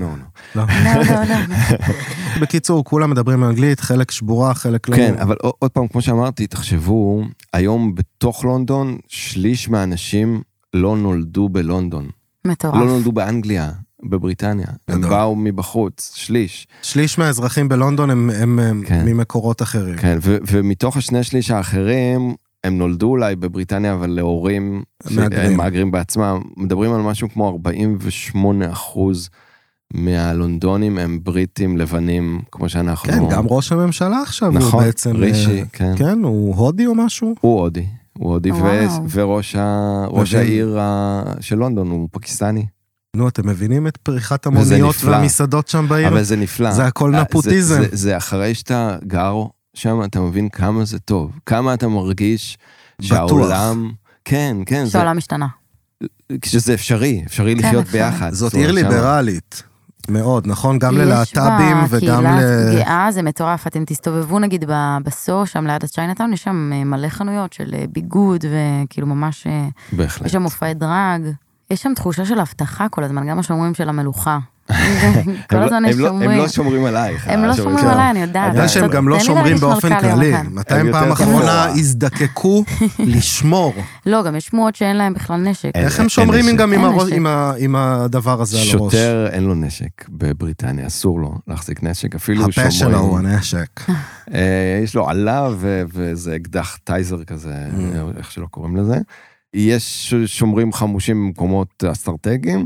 בקיצור, כולם מדברים אנגלית, חלק שבורה, חלק לא... כן, אבל עוד פעם, כמו שאמרתי, תחשבו, היום בתוך לונדון, שליש מהאנשים לא נולדו בלונדון. מטורף. לא נולדו באנגליה, בבריטניה. הם באו מבחוץ, שליש. שליש מהאזרחים בלונדון הם ממקורות אחרים. כן, ומתוך 2/3 האחרים, הם נולדו אולי בבריטניה, אבל להורים שהם מאגרים בעצמם, מדברים על משהו כמו 48% מהלונדונים הם בריטים לבנים, כמו שאנחנו... כן, גם ראש הממשלה עכשיו נכון, הוא בעצם... רישי, כן. כן, הוא הודי או משהו? הוא הודי. הוא הודי, וראש העיר של לונדון הוא פקיסטני. נו, אתם מבינים את פריחת המוניות והמסעדות שם בעיר? אבל זה נפלא. זה הכל נפוטיזם. זה אחרי שאתה גר שם, אתה מבין כמה זה טוב. כמה אתה מרגיש שהעולם... כן. שהעולם משתנה. כשזה אפשרי לחיות ביחד. זאת עיר ליברלית. מאוד, נכון? גם ללהט"בים וגם ל... יש בה קהילת גאה, זה מטורף. אתם תסתובבו נגיד בסו, שם ליד הצ'יינאטאון, יש שם מלא חנויות של ביגוד, וכאילו ממש... בהחלט. יש שם מופעי דרג. יש שם תחושה של הבטחה כל הזמן, גם השומרים של המלוכה. כל הזמן יש שומרים. הם לא שומרים עלייך. הם לא שומרים עליי, אני יודעת. אתה שהם גם לא שומרים באופן כללי. מתי הם פעם אחרונה הזדקקו לשמור? לא, גם יש שמועות שאין להם בכלל נשק. איך הם שומרים גם עם הדבר הזה על הראש? שוטר אין לו נשק בבריטניה, אסור לו להחזיק נשק, אפילו שומרים. הפה שלו הוא הנשק. יש לו עלה וזה אקדח טייזר כזה, איך שלא קוראים לזה. יש שומרים חמושים במקומות אסטרטגיים,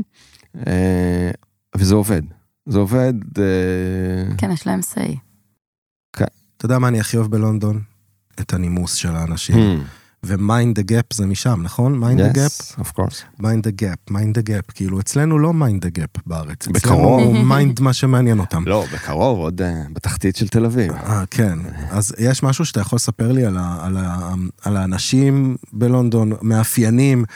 וזה עובד. זה עובד... כן, יש להם סי. כן. אתה יודע מה אני הכי אוהב בלונדון? את הנימוס של האנשים. ומיינד דה גאפ זה משם, נכון? מיינד דה גאפ? Yes, of course. מיינד דה גאפ. כאילו, אצלנו לא מיינד דה גאפ בארץ. בקרוב. אצלנו מיינד מה שמעניין אותם. לא, בקרוב, עוד בתחתית של תל אביב. כן. אז יש משהו שאתה יכול לספר לי על האנשים בלונדון, מאפיינים.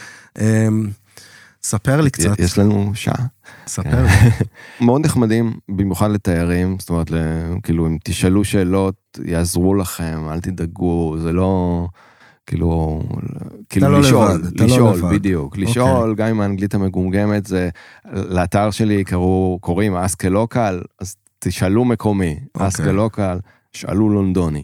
ספר לי קצת. יש לנו שעה. ספר לי. מאוד נחמדים, במיוחד לתיירים, זאת אומרת, כאילו, אם תשאלו שאלות, יעזרו לכם, אל תדאגו, זה לא, כאילו לשאול, בדיוק, לשאול, גם עם האנגלית המגומגמת, זה, לאתר שלי קוראים אסק לוקל, אז תשאלו מקומי, אסק לוקל, שאלו לונדוני,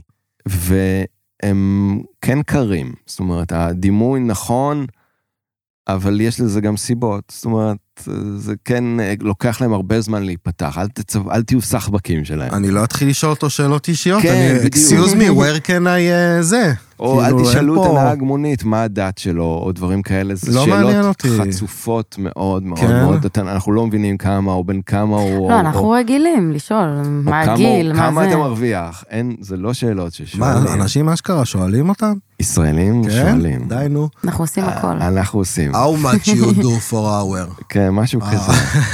והם כן קרים, זאת אומרת, הדימוי נכון, אבל יש לזה גם סיבות, זאת אומרת, זה כן לוקח להם הרבה זמן להיפתח, אל תהיו סחבקים שלהם. אני לא אתחיל לשאול אותו שאלות אישיות, כן, בדיוק. excuse me, where can I זה? או אל תשאלו את הנהג מונית, מה הדת שלו, או דברים כאלה, זה שאלות חצופות מאוד מאוד מאוד, אנחנו לא מבינים כמה, או בין כמה, או... לא, אנחנו רגילים לשאול, מה הגיל, מה זה? כמה אתה מרוויח, זה לא שאלות ששואלים. מה, אנשים אשכרה שואלים אותם? ישראלים שואלים. די, נו. אנחנו עושים הכל. אנחנו עושים. How much you do for hour? כן, משהו כזה.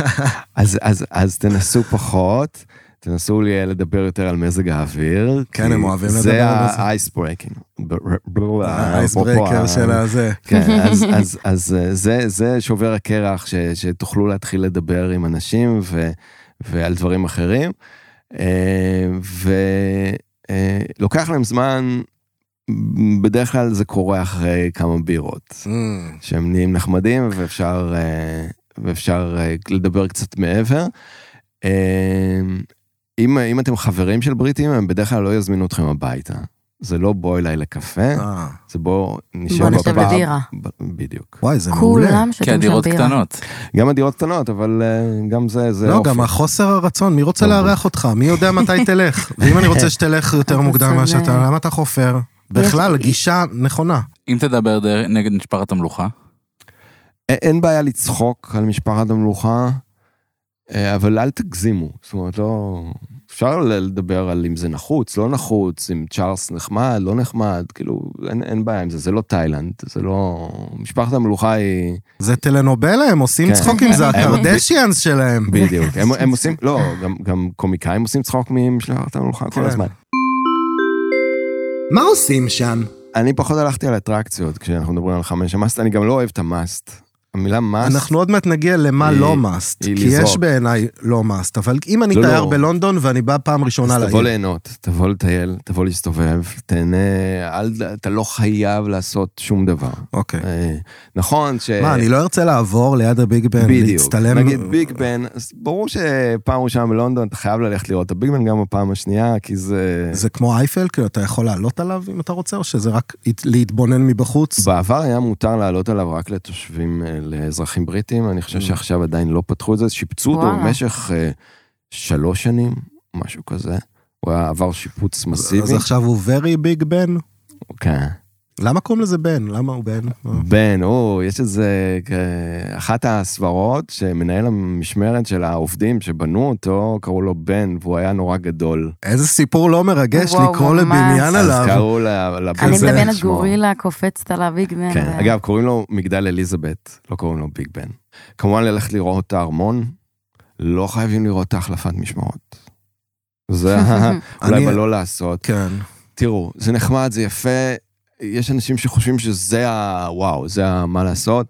אז תנסו פחות, תנסו לי לדבר יותר על מזג האוויר. כן, הם אוהבים לדבר על זה. זה האייס ברייקינג. האייס ברייקר של הזה. כן, אז זה שובר הקרח שתוכלו להתחיל לדבר עם אנשים ועל דברים אחרים. ולוקח להם זמן, בדרך כלל זה קורה אחרי כמה בירות, שהם נהיים נחמדים ואפשר לדבר קצת מעבר. אם אתם חברים של בריטים, הם בדרך כלל לא יזמינו אתכם הביתה. זה לא בוא אליי לקפה, זה בוא נשב בדירה. בדיוק. וואי, זה מעולה. כי הדירות קטנות. גם הדירות קטנות, אבל גם זה לא, אופי. גם החוסר הרצון, מי רוצה לארח אותך? מי יודע מתי תלך? ואם אני רוצה שתלך יותר מוקדם מה שאתה, למה אתה חופר? בכלל, גישה נכונה. אם תדבר נגד משפחת המלוכה? אין בעיה לצחוק על משפחת המלוכה, אבל אל תגזימו. זאת אומרת, לא... אפשר לדבר על אם זה נחוץ, לא נחוץ, אם צ'ארלס נחמד, לא נחמד, כאילו, אין בעיה עם זה, זה לא תאילנד, זה לא... משפחת המלוכה היא... זה טלנובלה, הם עושים צחוק עם זה, הקרדשיאנס שלהם. בדיוק, הם עושים, לא, גם קומיקאים עושים צחוק ממשפחת המלוכה כל הזמן. מה עושים שם? אני פחות הלכתי על אטרקציות, כשאנחנו מדברים על 5 המאסט, אני גם לא אוהב את המאסט. המילה מאסט... אנחנו עוד מעט נגיע למה לא מאסט, כי יש בעיניי לא מאסט, אבל אם אני תייר בלונדון ואני בא פעם ראשונה לעיר... תבוא ליהנות, תבוא לטייל, תבוא להסתובב, תהנה, אתה לא חייב לעשות שום דבר. אוקיי. נכון ש... מה, אני לא ארצה לעבור ליד הביג בן, להצטלם... נגיד ביג בן, אז ברור שפעם ראשונה בלונדון אתה חייב ללכת לראות את הביג בן גם בפעם השנייה, כי זה... זה כמו אייפל, כי אתה יכול לעלות עליו אם אתה רוצה, או שזה רק להתבונן מבחוץ? בעבר היה מותר לעלות עליו רק לתושבים לאזרחים בריטים, אני חושב שעכשיו עדיין לא פתחו את זה, שיפצו אותו במשך 3 שנים, משהו כזה, הוא עבר שיפוץ מסיבי. אז עכשיו הוא very big ben? כן. למה קוראים לזה בן? למה הוא בן? בן, יש איזה, אחת הסברות שמנהל המשמרת של העובדים שבנו אותו, קראו לו בן, והוא היה נורא גדול. איזה סיפור לא מרגש לקרוא לבניין עליו. אז קראו לבן. אני מדמיינת גורילה קופצת על הביג בן. כן, אגב, קוראים לו מגדל אליזבת, לא קוראים לו ביג בן. כמובן ללכת לראות את הארמון, לא חייבים לראות את החלפת משמרות. זה אולי בלא לעשות. כן. תראו, זה נחמד, זה יפה, יש אנשים שחושבים שזה וואו, זה מה לעשות.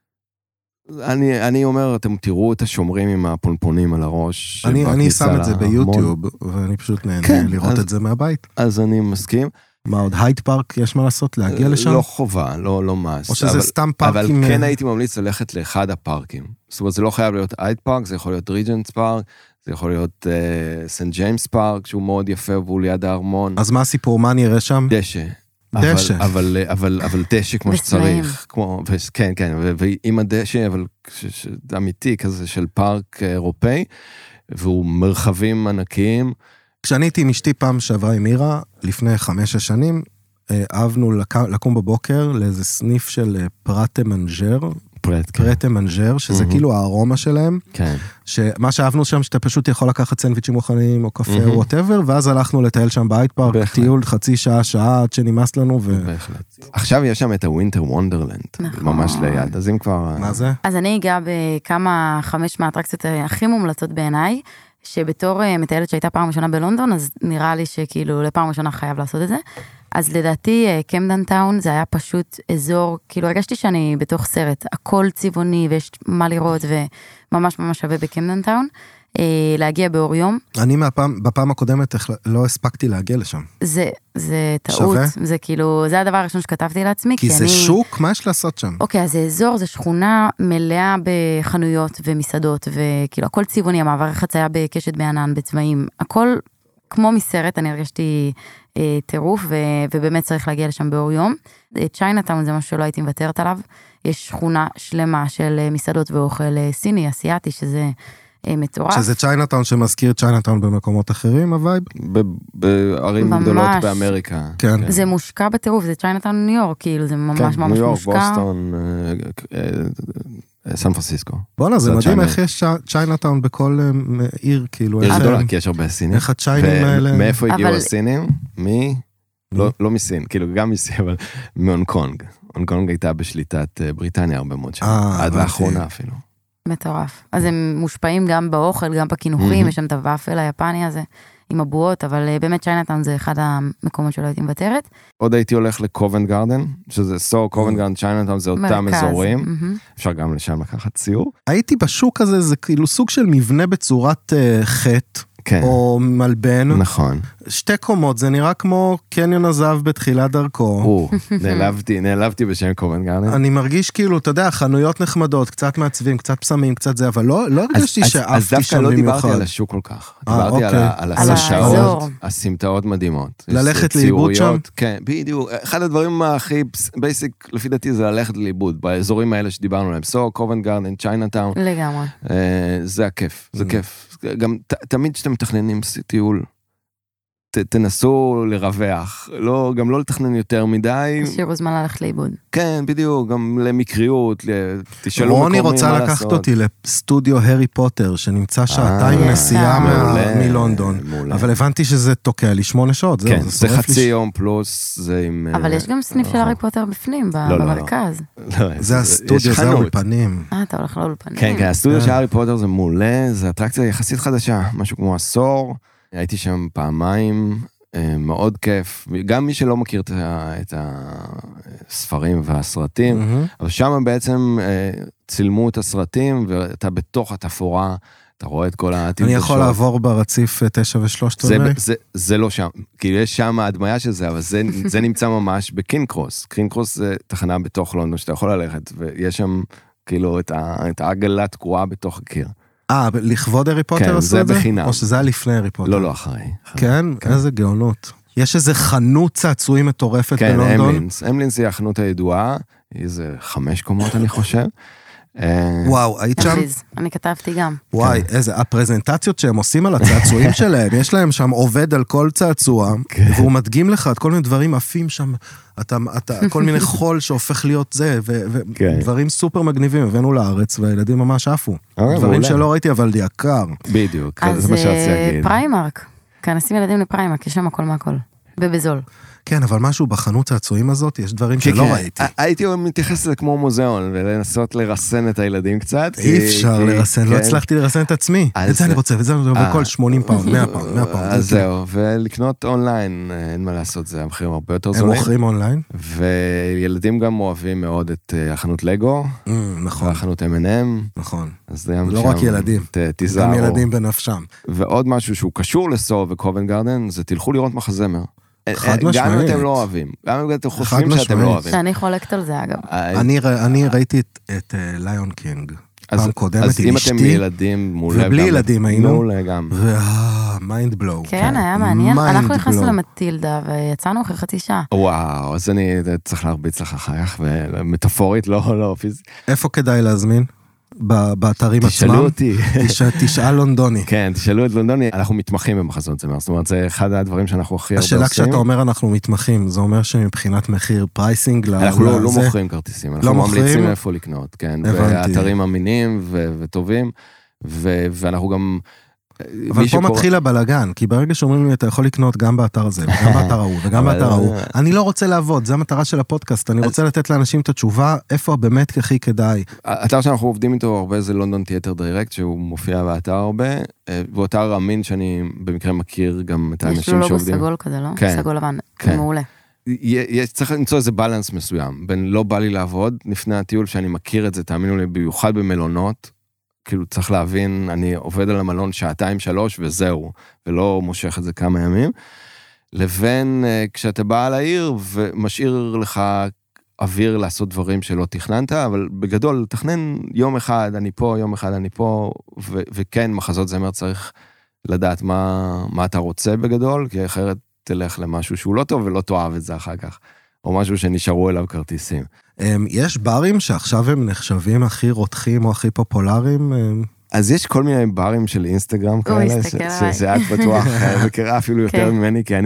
אני אומר, אתם תראו את השומרים עם הפונפונים על הראש. אני שם את זה ביוטיוב, ואני פשוט נהנה לראות את זה מהבית. אז אני מסכים. מה עוד, הייד פארק, יש מה לעשות, להגיע לשם? לא חובה, לא מס. או שזה סתם פארקים... אבל כן הייתי ממליץ ללכת לאחד הפארקים. זאת אומרת, זה לא חייב להיות הייד פארק, זה יכול להיות ריג'נטס פארק, זה יכול להיות סנט ג'יימס פארק, שהוא מאוד יפה, והוא ליד הארמון. אז מה הסיפור, מה נראה שם? דשא. דשא. אבל דשא כמו שצריך. כן, כן, ועם הדשא, אבל אמיתי כזה של פארק אירופאי, והוא מרחבים ענקיים. כשאני הייתי עם אשתי פעם שעברה עם מירה, לפני 5-6 שנים, אהבנו לקום בבוקר לאיזה סניף של פרטה מנג'ר, פרטה מנג'ר, שזה כאילו הארומה שלהם, שמה שאהבנו שם, שאתה פשוט יכול לקחת סנדוויצ'ים מוכנים, או קפה, או whatever, ואז הלכנו לטייל שם בהייד פארק, טיול חצי שעה, עד שנמאס לנו. עכשיו יש שם את הווינטר וונדרלנד, ממש ליד, אז אם כבר... מה זה? אז אני אגע בכמה 5 מהאטרקציות הכי מומלצות בעיניי, שבתור מטיילת שהייתה פעם ראשונה בלונדון, אז נראה לי שכאילו לפעם ראשונה חייב לעשות את זה. אז לדעתי קמדן טאון זה היה פשוט אזור, כאילו הרגשתי שאני בתוך סרט, הכל צבעוני ויש מה לראות וממש ממש שווה בקמדן טאון, להגיע באור יום. אני בפעם הקודמת לא הספקתי להגיע לשם. זה טעות, שווה? זה כאילו, זה הדבר הראשון שכתבתי לעצמי. כי זה שוק, מה יש לעשות שם? אוקיי, אז זה אזור, זה שכונה מלאה בחנויות ומסעדות, וכאילו הכל צבעוני, המעבר חצייה בקשת בענן, בצבעים, הכל כמו מסרט, אני הרגשתי טירוף, ובאמת צריך להגיע לשם באור יום. צ'יינאטאון זה משהו שלא הייתי מוותרת עליו, יש שכונה שלמה של מסעדות ואוכל סיני, אסיאתי, שזה מטורף. שזה צ'יינאטאון שמזכיר צ'יינאטאון במקומות אחרים, הווייב? בערים גדולות באמריקה. כן. זה מושקע בטירוף, זה צ'יינאטאון ניו יורק, כאילו זה ממש ממש מושקע. ניו יורק, בוסטון, סן פרנסיסקו. בוא'נה, זה מדהים איך יש צ'יינאטאון בכל עיר, כאילו. עיר גדולה, כי יש הרבה סינים. איך הצ'יינים האלה... מאיפה הגיעו הסינים? לא מסין, כאילו גם מסין, אבל מהונג קונג. הונג קונג הייתה בשליטת בריטניה הרבה מאוד שנים, עד לאחרונה אפילו. מטורף. אז הם מושפעים גם באוכל, גם בכינוחים, יש שם את הוואפל היפני הזה, עם הבועות, אבל באמת צ'יינאטאון זה אחד המקומות שלא הייתי מוותרת. עוד הייתי הולך לקובנט גארדן, שזה קובנט גארדן, צ'יינאטאון זה אותם אזורים, אפשר גם לשם לקחת ציור. הייתי בשוק הזה, זה כאילו סוג של מבנה בצורת חטא, כן. או מלבן. נכון. 2 קומות, זה נראה כמו קניון הזהב בתחילת דרכו. נעלבתי בשם קובנט גארדן. אני מרגיש כאילו, אתה יודע, חנויות נחמדות, קצת מעצבים, קצת פסמים, קצת זה, אבל לא הרגשתי שאהבתי שם במיוחד. אז דווקא לא דיברתי על השוק כל כך. דיברתי על הסמטאות, הסמטאות מדהימות. ללכת לאיבוד שם? כן, בדיוק. אחד הדברים הכי בייסיק, לפי דעתי, זה ללכת לאיבוד, באזורים האלה שדיברנו עליהם. קובנט גארדן, צ'יינאטאון. לגמרי. זה הכיף, זה כיף. גם תמיד שאתם מתכננים טיול, תנסו לרווח, גם לא לתכנן יותר מדי. תשאירו זמן ללכת לאיבוד. כן, בדיוק, גם למקריות, תשאלו רוני רוצה לקחת אותי לסטודיו הארי פוטר, שנמצא 2 נסיעה מלונדון, אבל הבנתי שזה תוקע לי 8 שעות. כן, זה חצי יום פלוס, זה עם... אבל יש גם סניף של הארי פוטר בפנים, במרכז. זה הסטודיו, זה האולפנים. אתה הולך לאולפנים. כן, הסטודיו של הארי פוטר זה מעולה, זה אטרקציה יחסית חדשה, משהו כמו עשור. הייתי שם פעמיים, מאוד כיף, גם מי שלא מכיר את הספרים והסרטים, אבל שם בעצם צילמו את הסרטים, ואתה בתוך התפאורה, אתה רואה את כל העתיד. אני יכול לעבור ברציף 9 ו3. זה לא שם, כי יש שם ההדמיה של זה, אבל זה נמצא ממש בקינג קרוס. קינג קרוס זה תחנה בתוך לונדון, שאתה יכול ללכת, ויש שם כאילו את העגלה תקועה בתוך הקיר. לכבוד הארי פוטר עשו את זה? כן, זה בחינם. או שזה היה לפני הארי פוטר? לא, אחרי. כן? איזה גאונות. יש איזה חנות צעצועים מטורפת בלונדון? כן, אמלינס היא החנות הידועה, איזה 5 קומות אני חושב. וואו, היית שם? אני כתבתי גם. וואי, איזה, הפרזנטציות שהם עושים על הצעצועים שלהם, יש להם שם עובד על כל צעצוע, והוא מדגים לך את כל מיני דברים עפים שם, כל מיני חול שהופך להיות זה, ודברים סופר מגניבים, הבאנו לארץ, והילדים ממש עפו. דברים שלא ראיתי, אבל יקר. בדיוק, זה מה שרציתי להגיד. אז פריימרק, כנסים ילדים לפריימרק, יש שם הכל מהכל, ובזול. כן, אבל משהו בחנות צעצועים הזאת, יש דברים שלא ראיתי. הייתי מתייחס לזה כמו מוזיאון, ולנסות לרסן את הילדים קצת. אי אפשר לרסן, לא הצלחתי לרסן את עצמי. את זה אני רוצה, וזה אני רוצה, בכל 80 פאונד, 100 פאונד, 100 פאונד. אז זהו, ולקנות אונליין, אין מה לעשות, זה המחירים הרבה יותר זולים. הם מוכרים אונליין? וילדים גם אוהבים מאוד את החנות לגו. נכון. החנות M&M. נכון. לא רק ילדים. גם ילדים בנפשם. ועוד משהו שהוא קשור לסו וקובנט גרדן, זה תלכו לראות מחזמר. גם אם אתם לא אוהבים, גם אם אתם חושבים שאתם לא אוהבים. שאני חולקת על זה, אגב. אני ראיתי את ליון קינג, פעם קודמת עם אשתי, אז אם אתם ילדים מעולה, ובלי ילדים היינו, מעולה גם. מיינד בלואו. כן, היה מעניין. אנחנו נכנסנו למטילדה, ויצאנו אחרי חצי שעה. וואו, אז אני צריך להרביץ לך חייך, ומטאפורית, לא פיזית. איפה כדאי להזמין? באתרים עצמם. תשאלו אותי. תשאל לונדוני. כן, תשאלו את לונדוני, אנחנו מתמחים במחזות זמר, זאת אומרת, זה אחד הדברים שאנחנו הכי הרבה עושים. השאלה כשאתה אומר אנחנו מתמחים, זה אומר שמבחינת מחיר פרייסינג, אנחנו לא מוכרים כרטיסים, אנחנו ממליצים איפה לקנות, כן, באתרים אמינים וטובים, ואנחנו גם... אבל פה מתחיל הבלגן, כי ברגע שאומרים לי, אתה יכול לקנות גם באתר הזה, וגם באתר ההוא, וגם באתר ההוא. אני לא רוצה לעבוד, זה המטרה של הפודקאסט, אני רוצה לתת לאנשים את התשובה, איפה באמת הכי כדאי. האתר שאנחנו עובדים איתו הרבה זה לונדון תיאטר דירקט, שהוא מופיע באתר הרבה, ואתר אמין שאני במקרה מכיר גם את האנשים שעובדים. יש לו לוגו סגול כזה, לא? סגול לבן, מעולה. צריך למצוא איזה בלנס מסוים, בין לא בא לי לעבוד, לפני הטיול שאני מכיר את זה, תאמינו לי, במיוחד במלונות, כאילו צריך להבין, אני עובד על המלון 2-3 וזהו, ולא מושך את זה כמה ימים, לבין כשאתה בא על העיר ומשאיר לך אוויר לעשות דברים שלא תכננת, אבל בגדול, תכנן יום אחד אני פה, יום אחד אני פה, וכן, מחזות זמר צריך לדעת מה אתה רוצה בגדול, כי אחרת תלך למשהו שהוא לא טוב ולא תאהב את זה אחר כך, או משהו שנשארו אליו כרטיסים. יש ברים שעכשיו הם נחשבים הכי רותחים או הכי פופולריים? אז יש כל מיני ברים של אינסטגרם כאלה, שאת בטוח מכירה אפילו יותר ממני, כי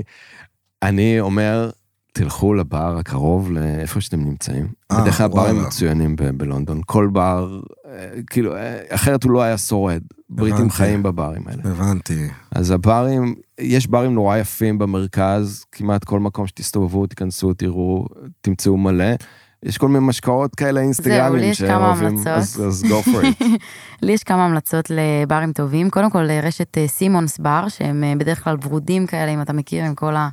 אני אומר, תלכו לבר הקרוב לאיפה שאתם נמצאים. בדרך כלל ברים מצוינים בלונדון. כל בר, כאילו, אחרת הוא לא היה שורד. בריטים חיים בברים האלה. הבנתי. אז הברים, יש ברים נורא יפים במרכז, כמעט כל מקום שתסתובבו, תיכנסו, תראו, תמצאו מלא. יש כל מיני משקאות כאלה אינסטגרמים שאוהבים, אז go for it. לי יש כמה המלצות לברים טובים. קודם כל, רשת סימונס בר, שהם בדרך כלל ורודים כאלה, אם אתה מכיר, עם כל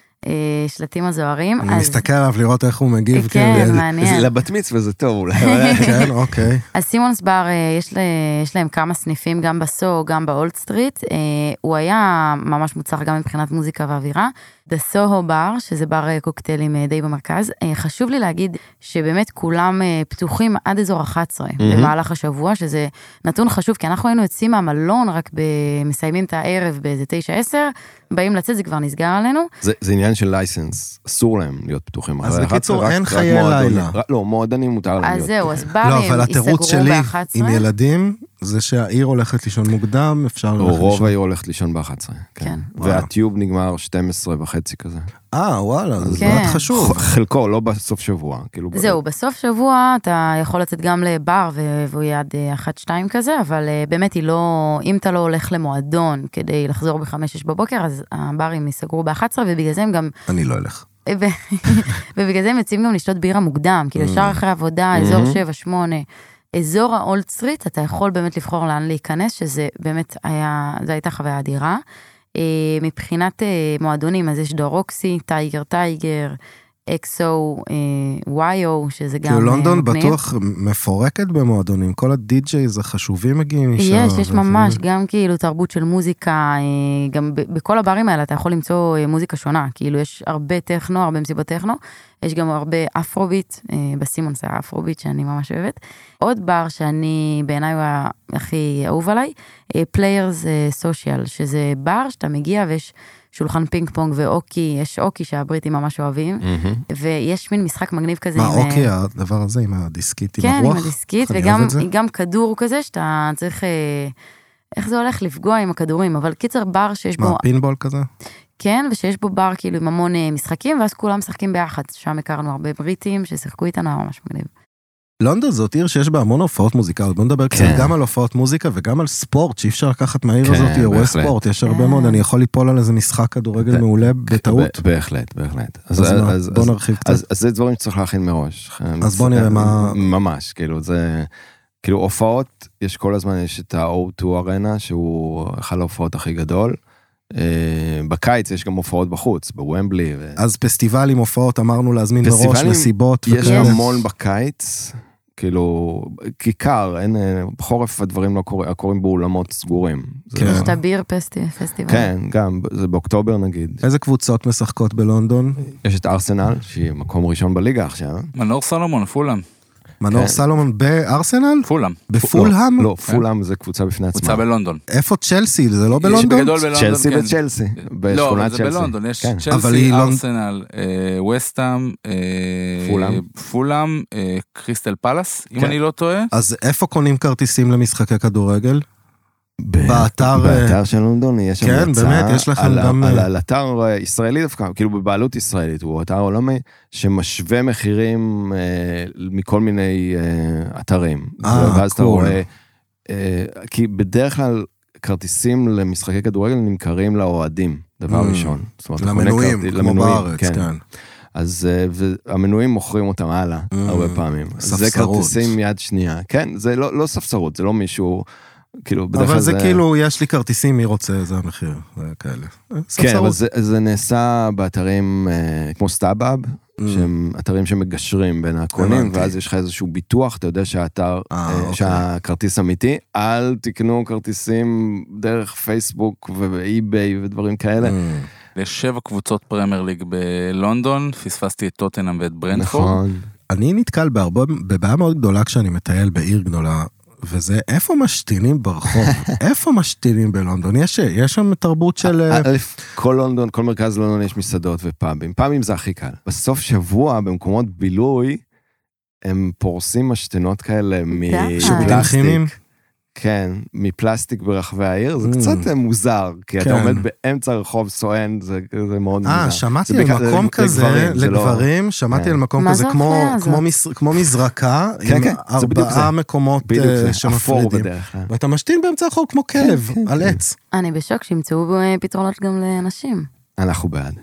השלטים הזוהרים. אני מסתכל עליו לראות איך הוא מגיב. כן, מעניין. לבת מצווה זה טוב אולי. כן, אוקיי. אז סימונס בר, יש להם כמה סניפים, גם בסו, גם באולד סטריט. הוא היה ממש מוצלח גם מבחינת מוזיקה ואווירה. The Soho בר, שזה בר קוקטיילים די במרכז. חשוב לי להגיד שבאמת כולם פתוחים עד אזור 11 במהלך השבוע, שזה נתון חשוב, כי אנחנו היינו יוצאים מהמלון, רק מסיימים את הערב באיזה 9-10, באים לצאת, זה כבר נסגר עלינו. זה עניין של לייסנס, אסור להם להיות פתוחים. אז בקיצור, אין חיי לילה. לא, מועדנים מותר להם להיות. אז זהו, אז ברים ייסגרו ב-11. לא, אבל התירוץ שלי עם ילדים, זה שהעיר הולכת לישון מוקדם, אפשר ללכת לישון. רוב העיר הולכת לישון ב-11, כן. והטיוב נגמר 12:30 כזה. וואלה, זה מאוד חשוב. חלקו, לא בסוף שבוע. זהו, בסוף שבוע אתה יכול לצאת גם לבר, והוא יעד 1-2 כזה, אבל באמת היא לא, אם אתה לא הולך למועדון כדי לחזור ב-5-6 בבוקר, אז הברים ייסגרו ב-11, ובגלל זה הם גם... אני לא אלך. ובגלל זה הם יוצאים גם לשתות בירה מוקדם, כאילו ישר אחרי עבודה, אזור 7-8, אזור האולד סטריט, אתה יכול באמת לבחור לאן להיכנס, שזה באמת היה, זו הייתה חוויה אדירה. מבחינת מועדונים, אז יש דורוקסי, טייגר, אקסו, וויו, שזה גם... כאילו לונדון בטוח מפורקת במועדונים, כל הדי-ג'ייז החשובים מגיעים משם. יש ממש, גם כאילו תרבות של מוזיקה, גם בכל הברים האלה אתה יכול למצוא מוזיקה שונה, כאילו יש הרבה טכנו, הרבה מסיבות טכנו, יש גם הרבה אפרוביט, בסימון זה האפרוביט שאני ממש אוהבת. עוד בר שאני בעיניי הוא הכי אהוב עליי, פליירס סושיאל, שזה בר שאתה מגיע ויש שולחן פינג פונג ואוקי, יש אוקי שהבריטים ממש אוהבים, ויש מין משחק מגניב כזה. מה אוקי, הדבר הזה עם הדיסקית, עם הרוח? כן, עם הדיסקית, וגם כדור כזה, שאתה צריך, איך זה הולך לפגוע עם הכדורים, אבל קיצר בר שיש בו... מה, פינבול כזה? כן, ושיש בו בר כאילו עם המון משחקים, ואז כולם משחקים ביחד, שם הכרנו הרבה בריטים ששיחקו איתנו, ממש מגניב. לונדון זאת עיר שיש בה המון הופעות מוזיקליות, בוא נדבר קצת גם על הופעות מוזיקה וגם על ספורט, שאי אפשר לקחת מהעיר הזאת, אירועי ספורט, יש הרבה מאוד, אני יכול ליפול על איזה משחק כדורגל מעולה בטעות. בהחלט. אז בוא נרחיב קצת. אז זה דברים שצריך להכין מראש. אז בוא נראה מה... ממש, כאילו זה... כאילו הופעות, יש כל הזמן, יש את ה-O2 ארנה, שהוא אחד ההופעות הכי גדול. בקיץ יש גם הופעות בחוץ, בוומבלי. אז פסטיבלים, הופעות, אמרנו להזמין בראש, מסיבות. יש המון בקיץ, כאילו, כיכר, אין, בחורף הדברים לא קורים באולמות סגורים. יש את הביר פסטיבל. כן, גם, זה באוקטובר נגיד. איזה קבוצות משחקות בלונדון? יש את ארסנל, שהיא מקום ראשון בליגה עכשיו. מנור סלומון, פולאם. מנור סלומון בארסנל? פולאם. בפולהאם? לא, פולהאם זה קבוצה בפני עצמה. קבוצה בלונדון. איפה צ'לסי? זה לא בלונדון? בגדול בלונדון, צ'לסי כן. וצ'לסי. לא, אבל זה בלונדון, יש צ'לסי, ארסנל, וסטהאם, פולהאם, קריסטל פלאס, אם אני לא טועה. אז איפה קונים כרטיסים למשחקי כדורגל? באתר של לונדון יש שם כן, באמת, יש לכם גם... על אתר ישראלי דווקא, כאילו בבעלות ישראלית, הוא אתר עולמי, שמשווה מחירים מכל מיני אתרים. ואז אתה רואה, כי בדרך כלל כרטיסים למשחקי כדורגל נמכרים לאוהדים, דבר ראשון. למנויים, כמו בארץ, כן. אז המנויים מוכרים אותם הלאה, הרבה פעמים. זה כרטיסים יד שנייה. כן, זה לא ספסרות, זה לא מישהו... אבל זה כאילו, יש לי כרטיסים, מי רוצה, זה המחיר, זה כאלה. כן, אבל זה נעשה באתרים כמו סטאבאב, שהם אתרים שמגשרים בין הקונים, ואז יש לך איזשהו ביטוח, אתה יודע שהכרטיס אמיתי, אל תקנו כרטיסים דרך פייסבוק ואי-ביי ודברים כאלה. יש 7 קבוצות פרמייר ליג בלונדון, פספסתי את טוטנהאם ואת ברנטפורד. נכון. אני נתקל בבעיה מאוד גדולה כשאני מטייל בעיר גדולה, וזה איפה משתינים ברחוב? איפה משתינים בלונדון? יש שם תרבות של... כל לונדון, כל מרכז לונדון יש מסעדות ופאבים. פאבים זה הכי קל. בסוף שבוע, במקומות בילוי, הם פורסים משתנות כאלה מפלסטיק. כן, מפלסטיק ברחבי העיר, זה קצת מוזר, כי אתה עומד באמצע רחוב סואן, זה מאוד מוזר. שמעתי על מקום כזה, לגברים, שמעתי על מקום כזה, כמו מזרקה, עם 4 מקומות שמפרידים. ואתה משתין באמצע הרחוב כמו כלב, על עץ. אני בשוק שימצאו פתרונות גם לאנשים. אנחנו בעד.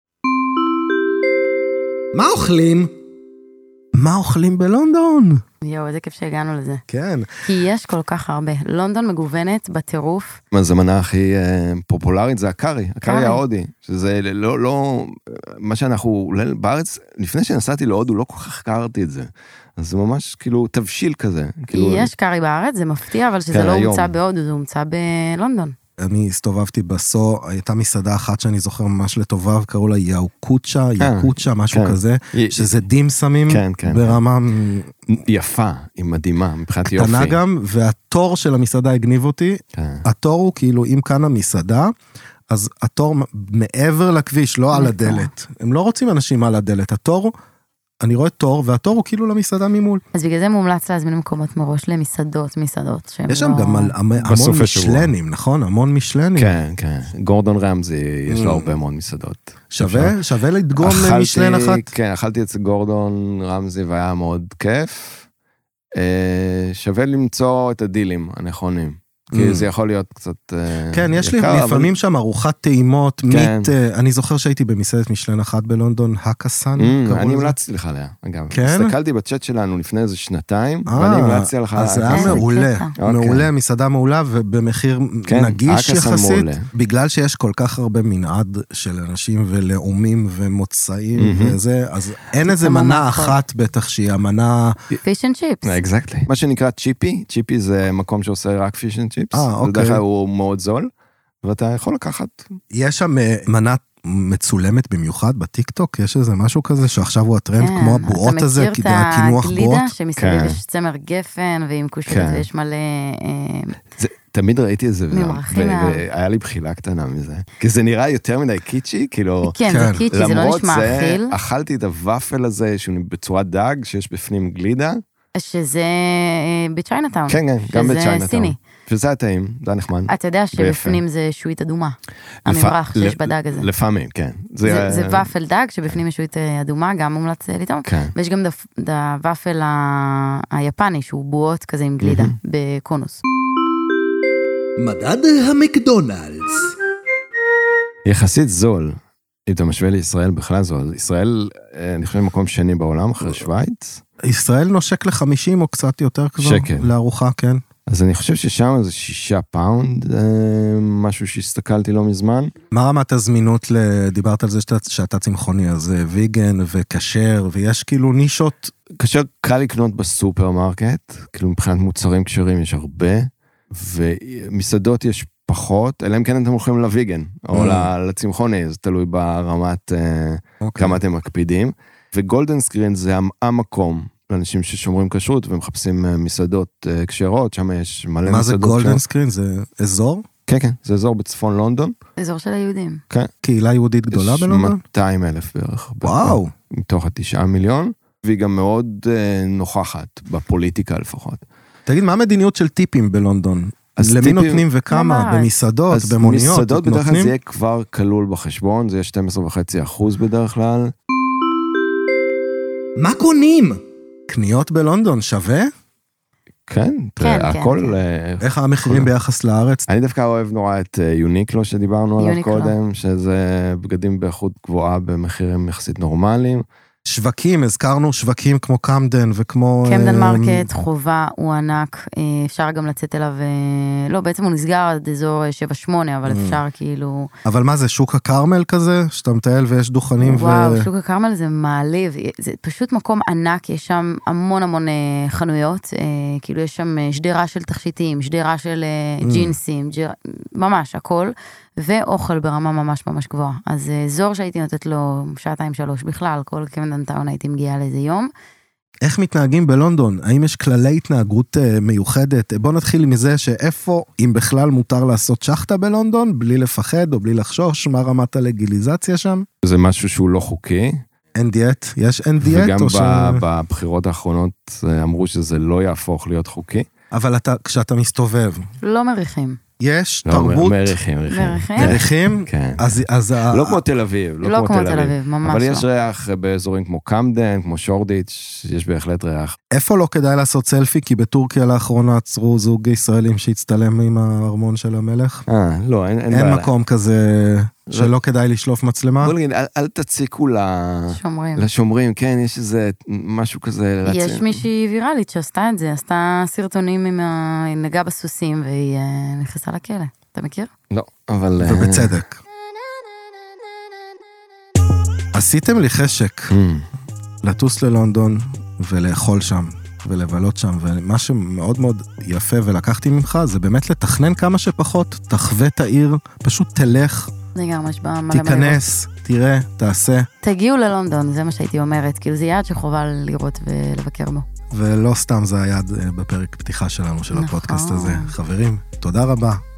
מה אוכלים? מה אוכלים בלונדון? יואו, איזה כיף שהגענו לזה. כן. כי יש כל כך הרבה. לונדון מגוונת בטירוף. אז המנה הכי פופולרית זה הקארי, הקארי ההודי. שזה לא, מה שאנחנו, בארץ, לפני שנסעתי להודו, לא כל כך קראתי את זה. אז זה ממש כאילו תבשיל כזה. יש קארי בארץ, זה מפתיע, אבל שזה לא הומצא בהודו, זה הומצא בלונדון. אני הסתובבתי בסו, הייתה מסעדה אחת שאני זוכר ממש לטובה, קראו לה יאוקוצ'ה, משהו כזה, שזה דימסמים ברמה... יפה, היא מדהימה, מבחינת יופי. קטנה גם, והתור של המסעדה הגניב אותי, התור הוא כאילו, אם כאן המסעדה, אז התור מעבר לכביש, לא על הדלת. הם לא רוצים אנשים על הדלת, התור... אני רואה תור, והתור הוא כאילו למסעדה ממול. אז בגלל זה מומלץ להזמין מקומות מראש למסעדות. יש שם גם המון משלנים, נכון? המון משלנים. כן, כן. גורדון רמזי, יש לו הרבה מאוד מסעדות. שווה לדגום למשלן אחת? כן, אכלתי את גורדון רמזי והיה מאוד כיף. שווה למצוא את הדילים הנכונים. כי זה יכול להיות קצת... כן, יש לי לפעמים שם ארוחת טעימות, אני זוכר שהייתי במסעדת משלן אחת בלונדון, הקסן. אני המלצתי לך עליה, אגב. הסתכלתי בצ'אט שלנו לפני איזה 2, ואני המלצתי לך... אז זה היה מעולה, מעולה, מסעדה מעולה, ובמחיר נגיש יחסית, בגלל שיש כל כך הרבה מנעד של אנשים ולאומים ומוצאים וזה, אז אין איזה מנה אחת בטח שהיא המנה... פיש אנד צ'יפס. אקזקטלי. מה שנקרא צ'יפי, צ'יפי זה מקום שעושה רק פיש אנד צ'יפס. בדרך כלל הוא מאוד זול, ואתה יכול לקחת. יש שם מנת מצולמת במיוחד בטיקטוק? יש איזה משהו כזה שעכשיו הוא הטרנד כמו הבועות הזה, אתה מכיר את הקינוח בועות? הגלידה שמסביב יש צמר גפן ועם קושיות ויש מלא... תמיד ראיתי את זה, והיה לי בחילה קטנה מזה. כי זה נראה יותר מדי קיצ'י, כאילו... כן, זה קיצ'י, זה לא נשמע אכיל. למרות זה, אכלתי את הוואפל הזה, שהוא בצורת דג, שיש בפנים גלידה. שזה בצ'יינאטאון. כן, גם בצ'יינאטאון. שזה סיני. וזה הטעים, זה נחמד. אתה יודע שבפנים זה שועית אדומה. המברח שיש בדג הזה. לפעמים, כן. זה ופל דג שבפנים יש שועית אדומה, גם מומלץ לטעום. ויש גם הוואפל היפני, שהוא בועות כזה עם גלידה, בקונוס. מדד המקדונלדס. יחסית זול. אם אתה משווה לישראל בכלל זול. ישראל, אני חושב, מקום שני בעולם, אחרי שוויץ. ישראל נושק ל-50 או קצת יותר כבר. שקל. לארוחה, כן. אז אני חושב ששם זה 6 פאונד, משהו שהסתכלתי לא מזמן. מה רמת הזמינות, דיברת על זה שאתה צמחוני, אז ויגן וכשר, ויש כאילו נישות. כשר קל לקנות בסופרמרקט, כאילו מבחינת מוצרים כשרים יש הרבה, ומסעדות יש פחות, אלא אם כן אתם הולכים לוויגן, או לצמחוני, זה תלוי ברמת כמה אתם מקפידים. וגולדן סקרין זה המקום לאנשים ששומרים כשרות ומחפשים מסעדות כשרות, שם יש מלא מסעדות. מה זה גולדן סקרין? זה אזור? כן, זה אזור בצפון לונדון. אזור של היהודים. כן. קהילה יהודית גדולה בלונדון? 200,000 בערך. וואו. מתוך 9 מיליון, והיא גם מאוד נוכחת, בפוליטיקה לפחות. תגיד, מה המדיניות של טיפים בלונדון? למי נותנים וכמה? במסעדות, במוניות? מסעדות בדרך כלל זה יהיה כבר כלול בחשבון, זה יהיה 12.5% בדרך כלל. מה קונים? קניות בלונדון שווה? כן, הכל... איך המחירים ביחס לארץ? אני דווקא אוהב נורא את יוניקלו שדיברנו עליו קודם, שזה בגדים באיכות גבוהה במחירים יחסית נורמליים. שווקים, הזכרנו שווקים כמו קמדן וכמו... קמדן מרקט, חובה, הוא ענק, אפשר גם לצאת אליו, לא, בעצם הוא נסגר עד אזור 7-8, אבל אפשר כאילו... אבל מה זה, שוק הקרמל כזה? שאתה מטייל ויש דוכנים וואו, שוק הקרמל זה מעליב, זה פשוט מקום ענק, יש שם המון חנויות, כאילו יש שם שדרה של תכשיטים, שדרה של ג'ינסים, ממש הכל, ואוכל ברמה ממש גבוהה. אז אזור שהייתי נותנת לו 2-3 בכלל, כל קמדן טאון הייתי מגיעה לאיזה יום. איך מתנהגים בלונדון? האם יש כללי התנהגות מיוחדת? בוא נתחיל מזה שאיפה, אם בכלל מותר לעשות שחטה בלונדון, בלי לפחד או בלי לחשוש, מה רמת הלגיליזציה שם? זה משהו שהוא לא חוקי. אין דיאט? יש אין דיאט? וגם בבחירות האחרונות אמרו שזה לא יהפוך להיות חוקי. אבל כשאתה מסתובב... לא מריחים. יש תרבות... מריחים? כן. לא כמו תל אביב. לא כמו תל אביב, ממש לא. אבל יש ריח באזורים כמו קמדן, כמו שורדיץ', יש בהחלט ריח. איפה לא כדאי לעשות סלפי? כי בטורקיה לאחרונה עצרו זוג ישראלים שהצטלם עם הארמון של המלך. לא, אין בעיה. אין מקום כזה שלא כדאי לשלוף מצלמה? בוא נגיד, אל תציקו לשומרים, כן, יש איזה משהו כזה להציע. יש מישהי ויראלית שעשתה את זה, עשתה סרטונים עם הנגע בסוסים, והיא נכנסה לכלא. אתה מכיר? לא, אבל... ובצדק. עשיתם לי חשק לטוס ללונדון ולאכול שם. ולבלות שם, ומה שמאוד מאוד יפה ולקחתי ממך, זה באמת לתכנן כמה שפחות, תחווה את העיר, פשוט תלך, תיכנס, תראה, תעשה. תגיעו ללונדון, זה מה שהייתי אומרת, כאילו זה יעד שחובה לראות ולבקר בו. ולא סתם זה היעד בפרק פתיחה שלנו, של הפודקאסט הזה. חברים, תודה רבה.